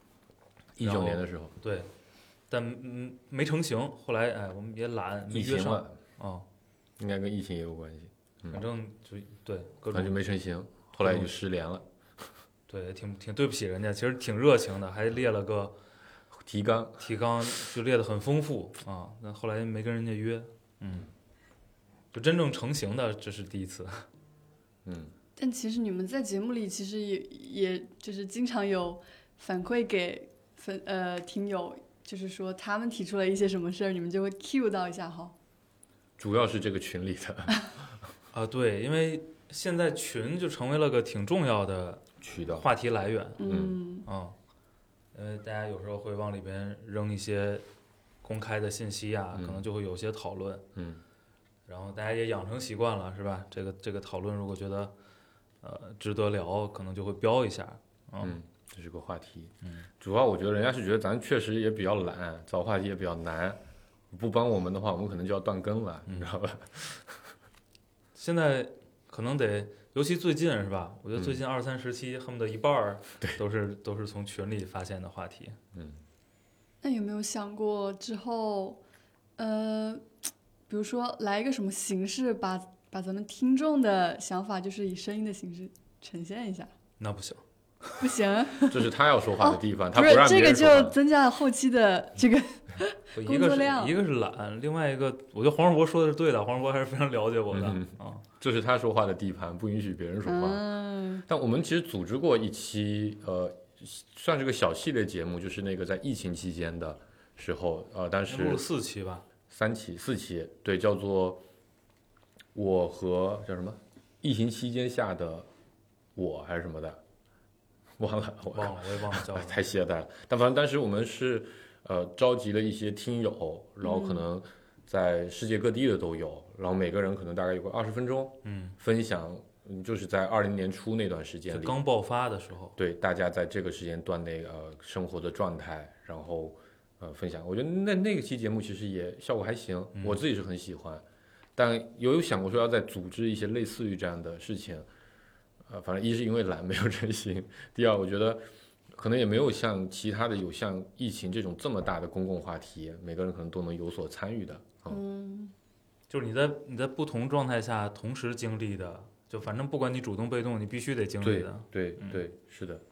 S4: ，19年的时候，
S3: 对，但没成型，后来我们也懒，没约上，
S4: 应该跟疫情也有关系，
S3: 反正就对，
S4: 反正就没成型，后来就失联了。
S3: 对，挺对不起人家，其实挺热情的，还列了个
S4: 提纲
S3: 就列得很丰富啊。那后来没跟人家约，就真正成型的这是第一次。
S6: 但其实你们在节目里其实也就是经常有反馈给听友，就是说他们提出了一些什么事儿，你们就会 cue 到一下哈。
S4: 主要是这个群里的
S3: 对，因为现在群就成为了个挺重要的
S4: 渠道
S3: 话题来源，因为大家有时候会往里边扔一些公开的信息啊，可能就会有些讨论，然后大家也养成习惯了，是吧？这个讨论如果觉得值得聊，可能就会标一下，
S4: 这是个话题，主要我觉得人家是觉得咱确实也比较懒，找话题也比较难，不帮我们的话，我们可能就要断更了，你知道吧？
S3: 现在可能得，尤其最近是吧？我觉得最近23、17，恨不得一半儿都是从群里发现的话题。
S6: 那有没有想过之后，比如说来一个什么形式，把咱们听众的想法，就是以声音的形式呈现一下？
S3: 那不行，
S6: 不行，
S4: 这是他要说话的地方，他
S6: 不是
S4: 让别人说话。
S6: 这个就增加了后期的这个工作量。
S3: 一个是懒，另外一个我觉得黄世博说的是对的，黄世博还是非常了解我的
S4: 这是他说话的地盘，不允许别人说话。但我们其实组织过一期算是个小系列节目，就是那个在疫情期间的时候但是
S3: 录了4期吧
S4: ，4期，对，叫做我和叫什么疫情期间下的我还是什么的，忘了，我
S3: 也忘了叫
S4: 太懈怠了。但反正当时我们是召集了一些听友，然后可能在世界各地的都有，然后每个人可能大概有个20分钟，分享，就是在20年初那段时间里
S3: 刚爆发的时候，对，
S4: 大家在这个时间段内生活的状态，然后分享。我觉得那个期节目其实也效果还行，我自己是很喜欢，但有想过说要再组织一些类似于这样的事情，反正一是因为懒没有成型，第二我觉得可能也没有像其他的有像疫情这种这么大的公共话题，每个人可能都能有所参与的。
S3: 就是你在不同状态下同时经历的，就反正不管你主动被动，你必须得经历的。
S4: 对，是的。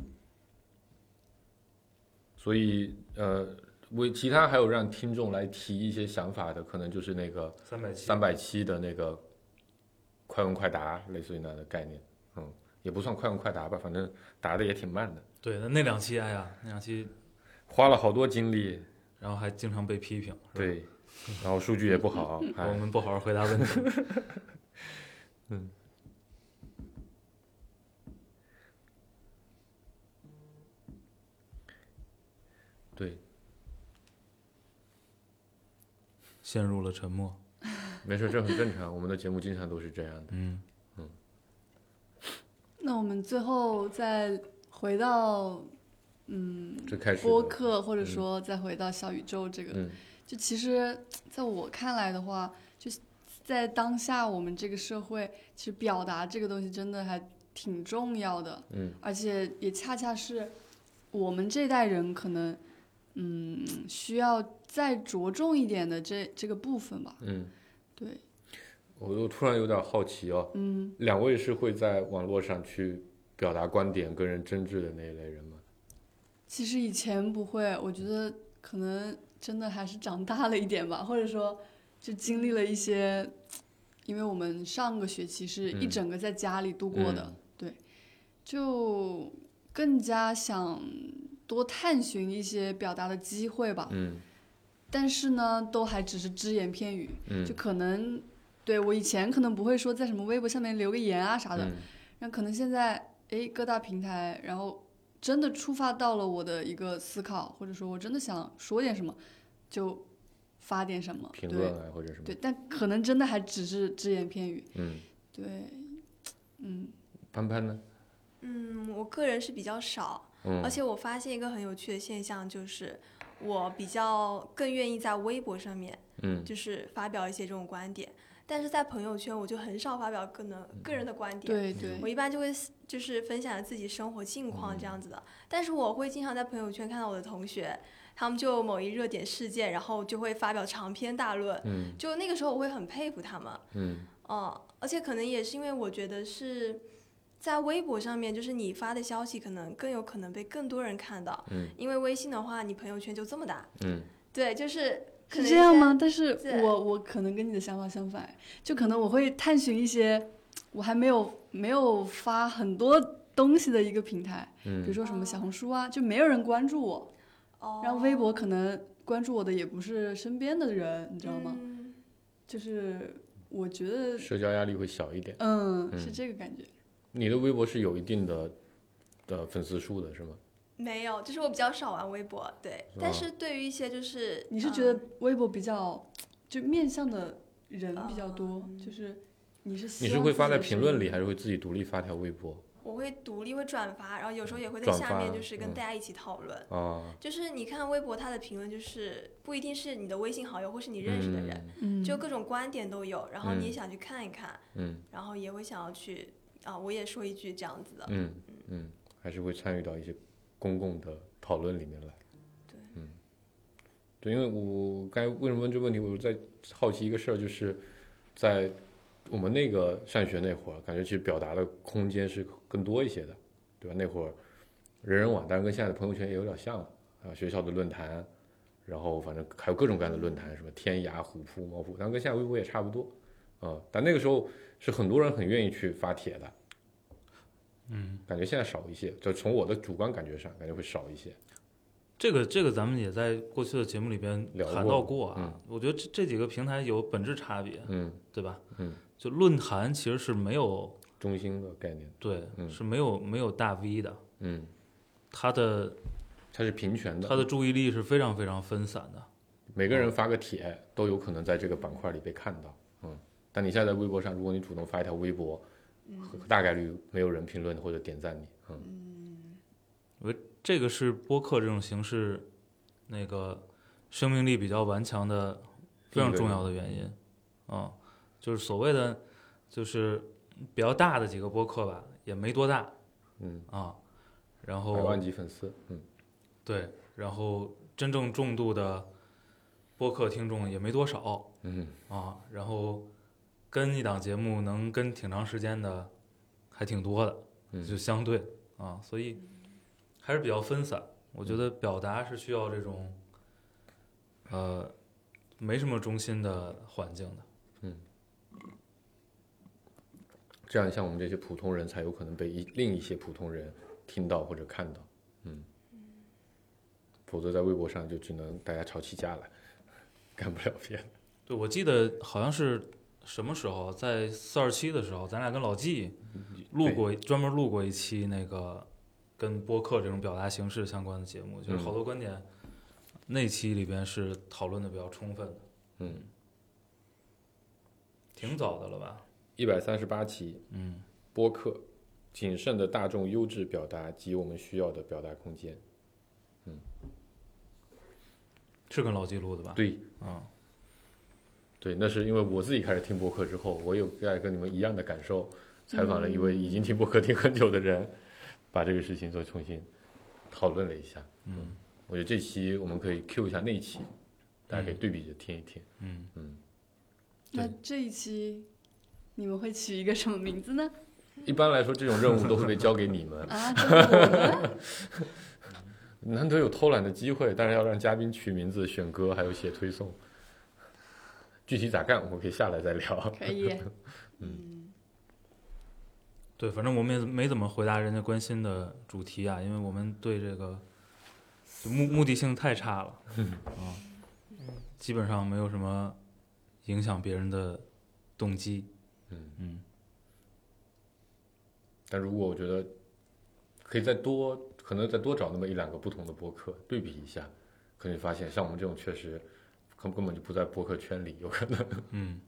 S4: 所以为其他还有让听众来提一些想法的，可能就是那个300期的那个快问快答，类似于那样的概念。也不算快问快答吧，反正答的也挺慢的。
S3: 对，那2期，哎呀，那2期
S4: 花了好多精力，
S3: 然后还经常被批评。
S4: 对，然后数据也不好，
S3: 我们不好好回答问题。
S4: 对，
S3: 陷入了沉默。
S4: 没事，这很正常，我们的节目经常都是这样的。
S6: 那我们最后再回到
S4: 最开始
S6: 播客，或者说再回到小宇宙这个，就其实在我看来的话，就在当下我们这个社会，其实表达这个东西真的还挺重要的，而且也恰恰是我们这代人可能需要再着重一点的这个部分吧。对。
S4: 我突然有点好奇哦，两位是会在网络上去表达观点、跟人争执的那一类人吗？
S6: 其实以前不会，我觉得可能真的还是长大了一点吧，或者说就经历了一些，因为我们上个学期是一整个在家里度过的，对，就更加想多探寻一些表达的机会吧。但是呢，都还只是只言片语，就可能对我以前可能不会说在什么微博下面留个言啊啥的，然后可能现在各大平台，然后真的触发到了我的一个思考，或者说我真的想说点什么，就发点什么
S4: 评论啊或者什么。
S6: 对，但可能真的还只是只言片语。对，
S4: 潘潘呢？
S5: 我个人是比较少，而且我发现一个很有趣的现象，就是我比较更愿意在微博上面，就是发表一些这种观点，但是在朋友圈我就很少发表个人的观点。
S6: 对，
S5: 我一般就会就是分享自己生活近况这样子的，但是我会经常在朋友圈看到我的同学，他们就某一热点事件，然后就会发表长篇大论，就那个时候我会很佩服他们，而且可能也是因为我觉得是在微博上面，就是你发的消息可能更有可能被更多人看到，因为微信的话，你朋友圈就这么大，对，就是
S6: 这样吗？但是我可能跟你的想法相反，就可能我会探寻一些我还没有发很多东西的一个平台，比如说什么小红书啊，就没有人关注我，然后微博可能关注我的也不是身边的人，你知道吗？就是我觉得
S4: 社交压力会小一点，
S6: 是这个感觉。
S4: 你的微博是有一定的粉丝数的是吗？
S5: 没有，就是我比较少玩微博，对。但是对于一些就是
S6: 你是觉得微博比较就面向的人比较多，就是你是
S4: 会发在评论里，还是会自己独立发条微博？
S5: 我会独立会转发，然后有时候也会在下面就是跟大家一起讨论。就是你看微博它的评论，就是不一定是你的微信好友或是你认识的人，就各种观点都有，然后你也想去看一看，然后也会想要去我也说一句这样子的，
S4: 还是会参与到一些公共的讨论里面来。对，因为我刚才为什么问这个问题，我在好奇一个事儿，就是在我们那个上学那会儿，感觉其实表达的空间是更多一些的，对吧？那会儿人人网，当然跟现在的朋友圈也有点像了学校的论坛，然后反正还有各种各样的论坛，什么天涯、虎扑、猫扑，当然跟现在微博也差不多但那个时候是很多人很愿意去发帖的，感觉现在少一些，就从我的主观感觉上，感觉会少一些。
S3: 这个咱们也在过去的节目里边谈到过我觉得这几个平台有本质差别，对吧？就论坛其实是没有
S4: 中心的概念，
S3: 对，是没有大 V 的，它
S4: 是平权的，
S3: 它的注意力是非常非常分散的，
S4: 每个人发个帖都有可能在这个板块里被看到，但你现在在微博上，如果你主动发一条微博，大概率没有人评论或者点赞你，
S3: 我觉得这个是播客这种形式那个生命力比较顽强的非常重要的原因，就是所谓的就是比较大的几个播客吧，也没多大，然后
S4: 100万级粉丝，
S3: 对，然后真正重度的播客听众也没多少，然后跟一档节目能跟挺长时间的还挺多的，就相对所以还是比较分散。我觉得表达是需要这种没什么中心的环境的，
S4: 这样像我们这些普通人才有可能被另一些普通人听到或者看到，否则在微博上就只能大家吵起架来，干不了别的。
S3: 对，我记得好像是什么时候，在427的时候，咱俩跟老纪专门录过一期那个跟播客这种表达形式相关的节目，就是好多观点，那期里边是讨论的比较充分的，挺早的了吧
S4: ？138期，播客，谨慎的大众优质表达及我们需要的表达空间，
S3: 是跟老纪录的吧？
S4: 对，对，那是因为我自己开始听播客之后，我有跟你们一样的感受，采访了一位已经听播客听很久的人，把这个事情做重新讨论了一下。我觉得这期我们可以 Q 一下那一期，大家可以对比着听一听。
S6: 那这一期你们会取一个什么名字呢？
S4: 一般来说，这种任务都会被交给你们。 难得有偷懒的机会，但是要让嘉宾取名字、选歌，还有写推送。具体咋干，我们可以下来再聊。
S6: 可以。
S3: 对，反正我们也没怎么回答人家关心的主题啊，因为我们对这个就目的性太差了，基本上没有什么影响别人的动机。
S4: 但如果我觉得可以可能再多找那么1-2个不同的播客对比一下，可能发现像我们这种确实根本就不在播客圈里，有可能。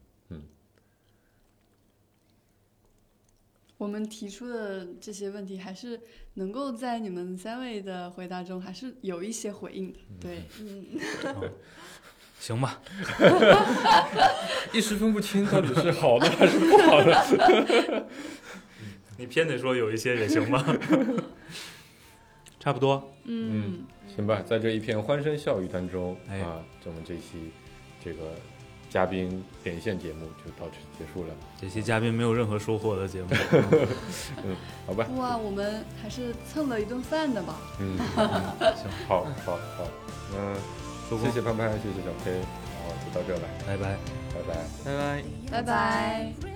S6: 我们提出的这些问题还是能够在你们3位的回答中还是有一些回应的。对，
S3: 行吧。
S4: 一时分不清到底是好的还是不好的。
S3: 你偏得说有一些也行吧。差不多。
S4: 行吧，在这一片欢声笑语当中我们这期这个嘉宾连线节目就到此结束了。
S3: 这期嘉宾没有任何收获的节目。
S4: 好吧。
S6: 哇，我们还是蹭了一顿饭的吧。
S3: 行，
S4: 好。谢谢潘潘，谢谢小 K，然后就到这了，
S3: 拜拜，
S4: 拜拜，
S2: 拜拜，
S6: 拜拜。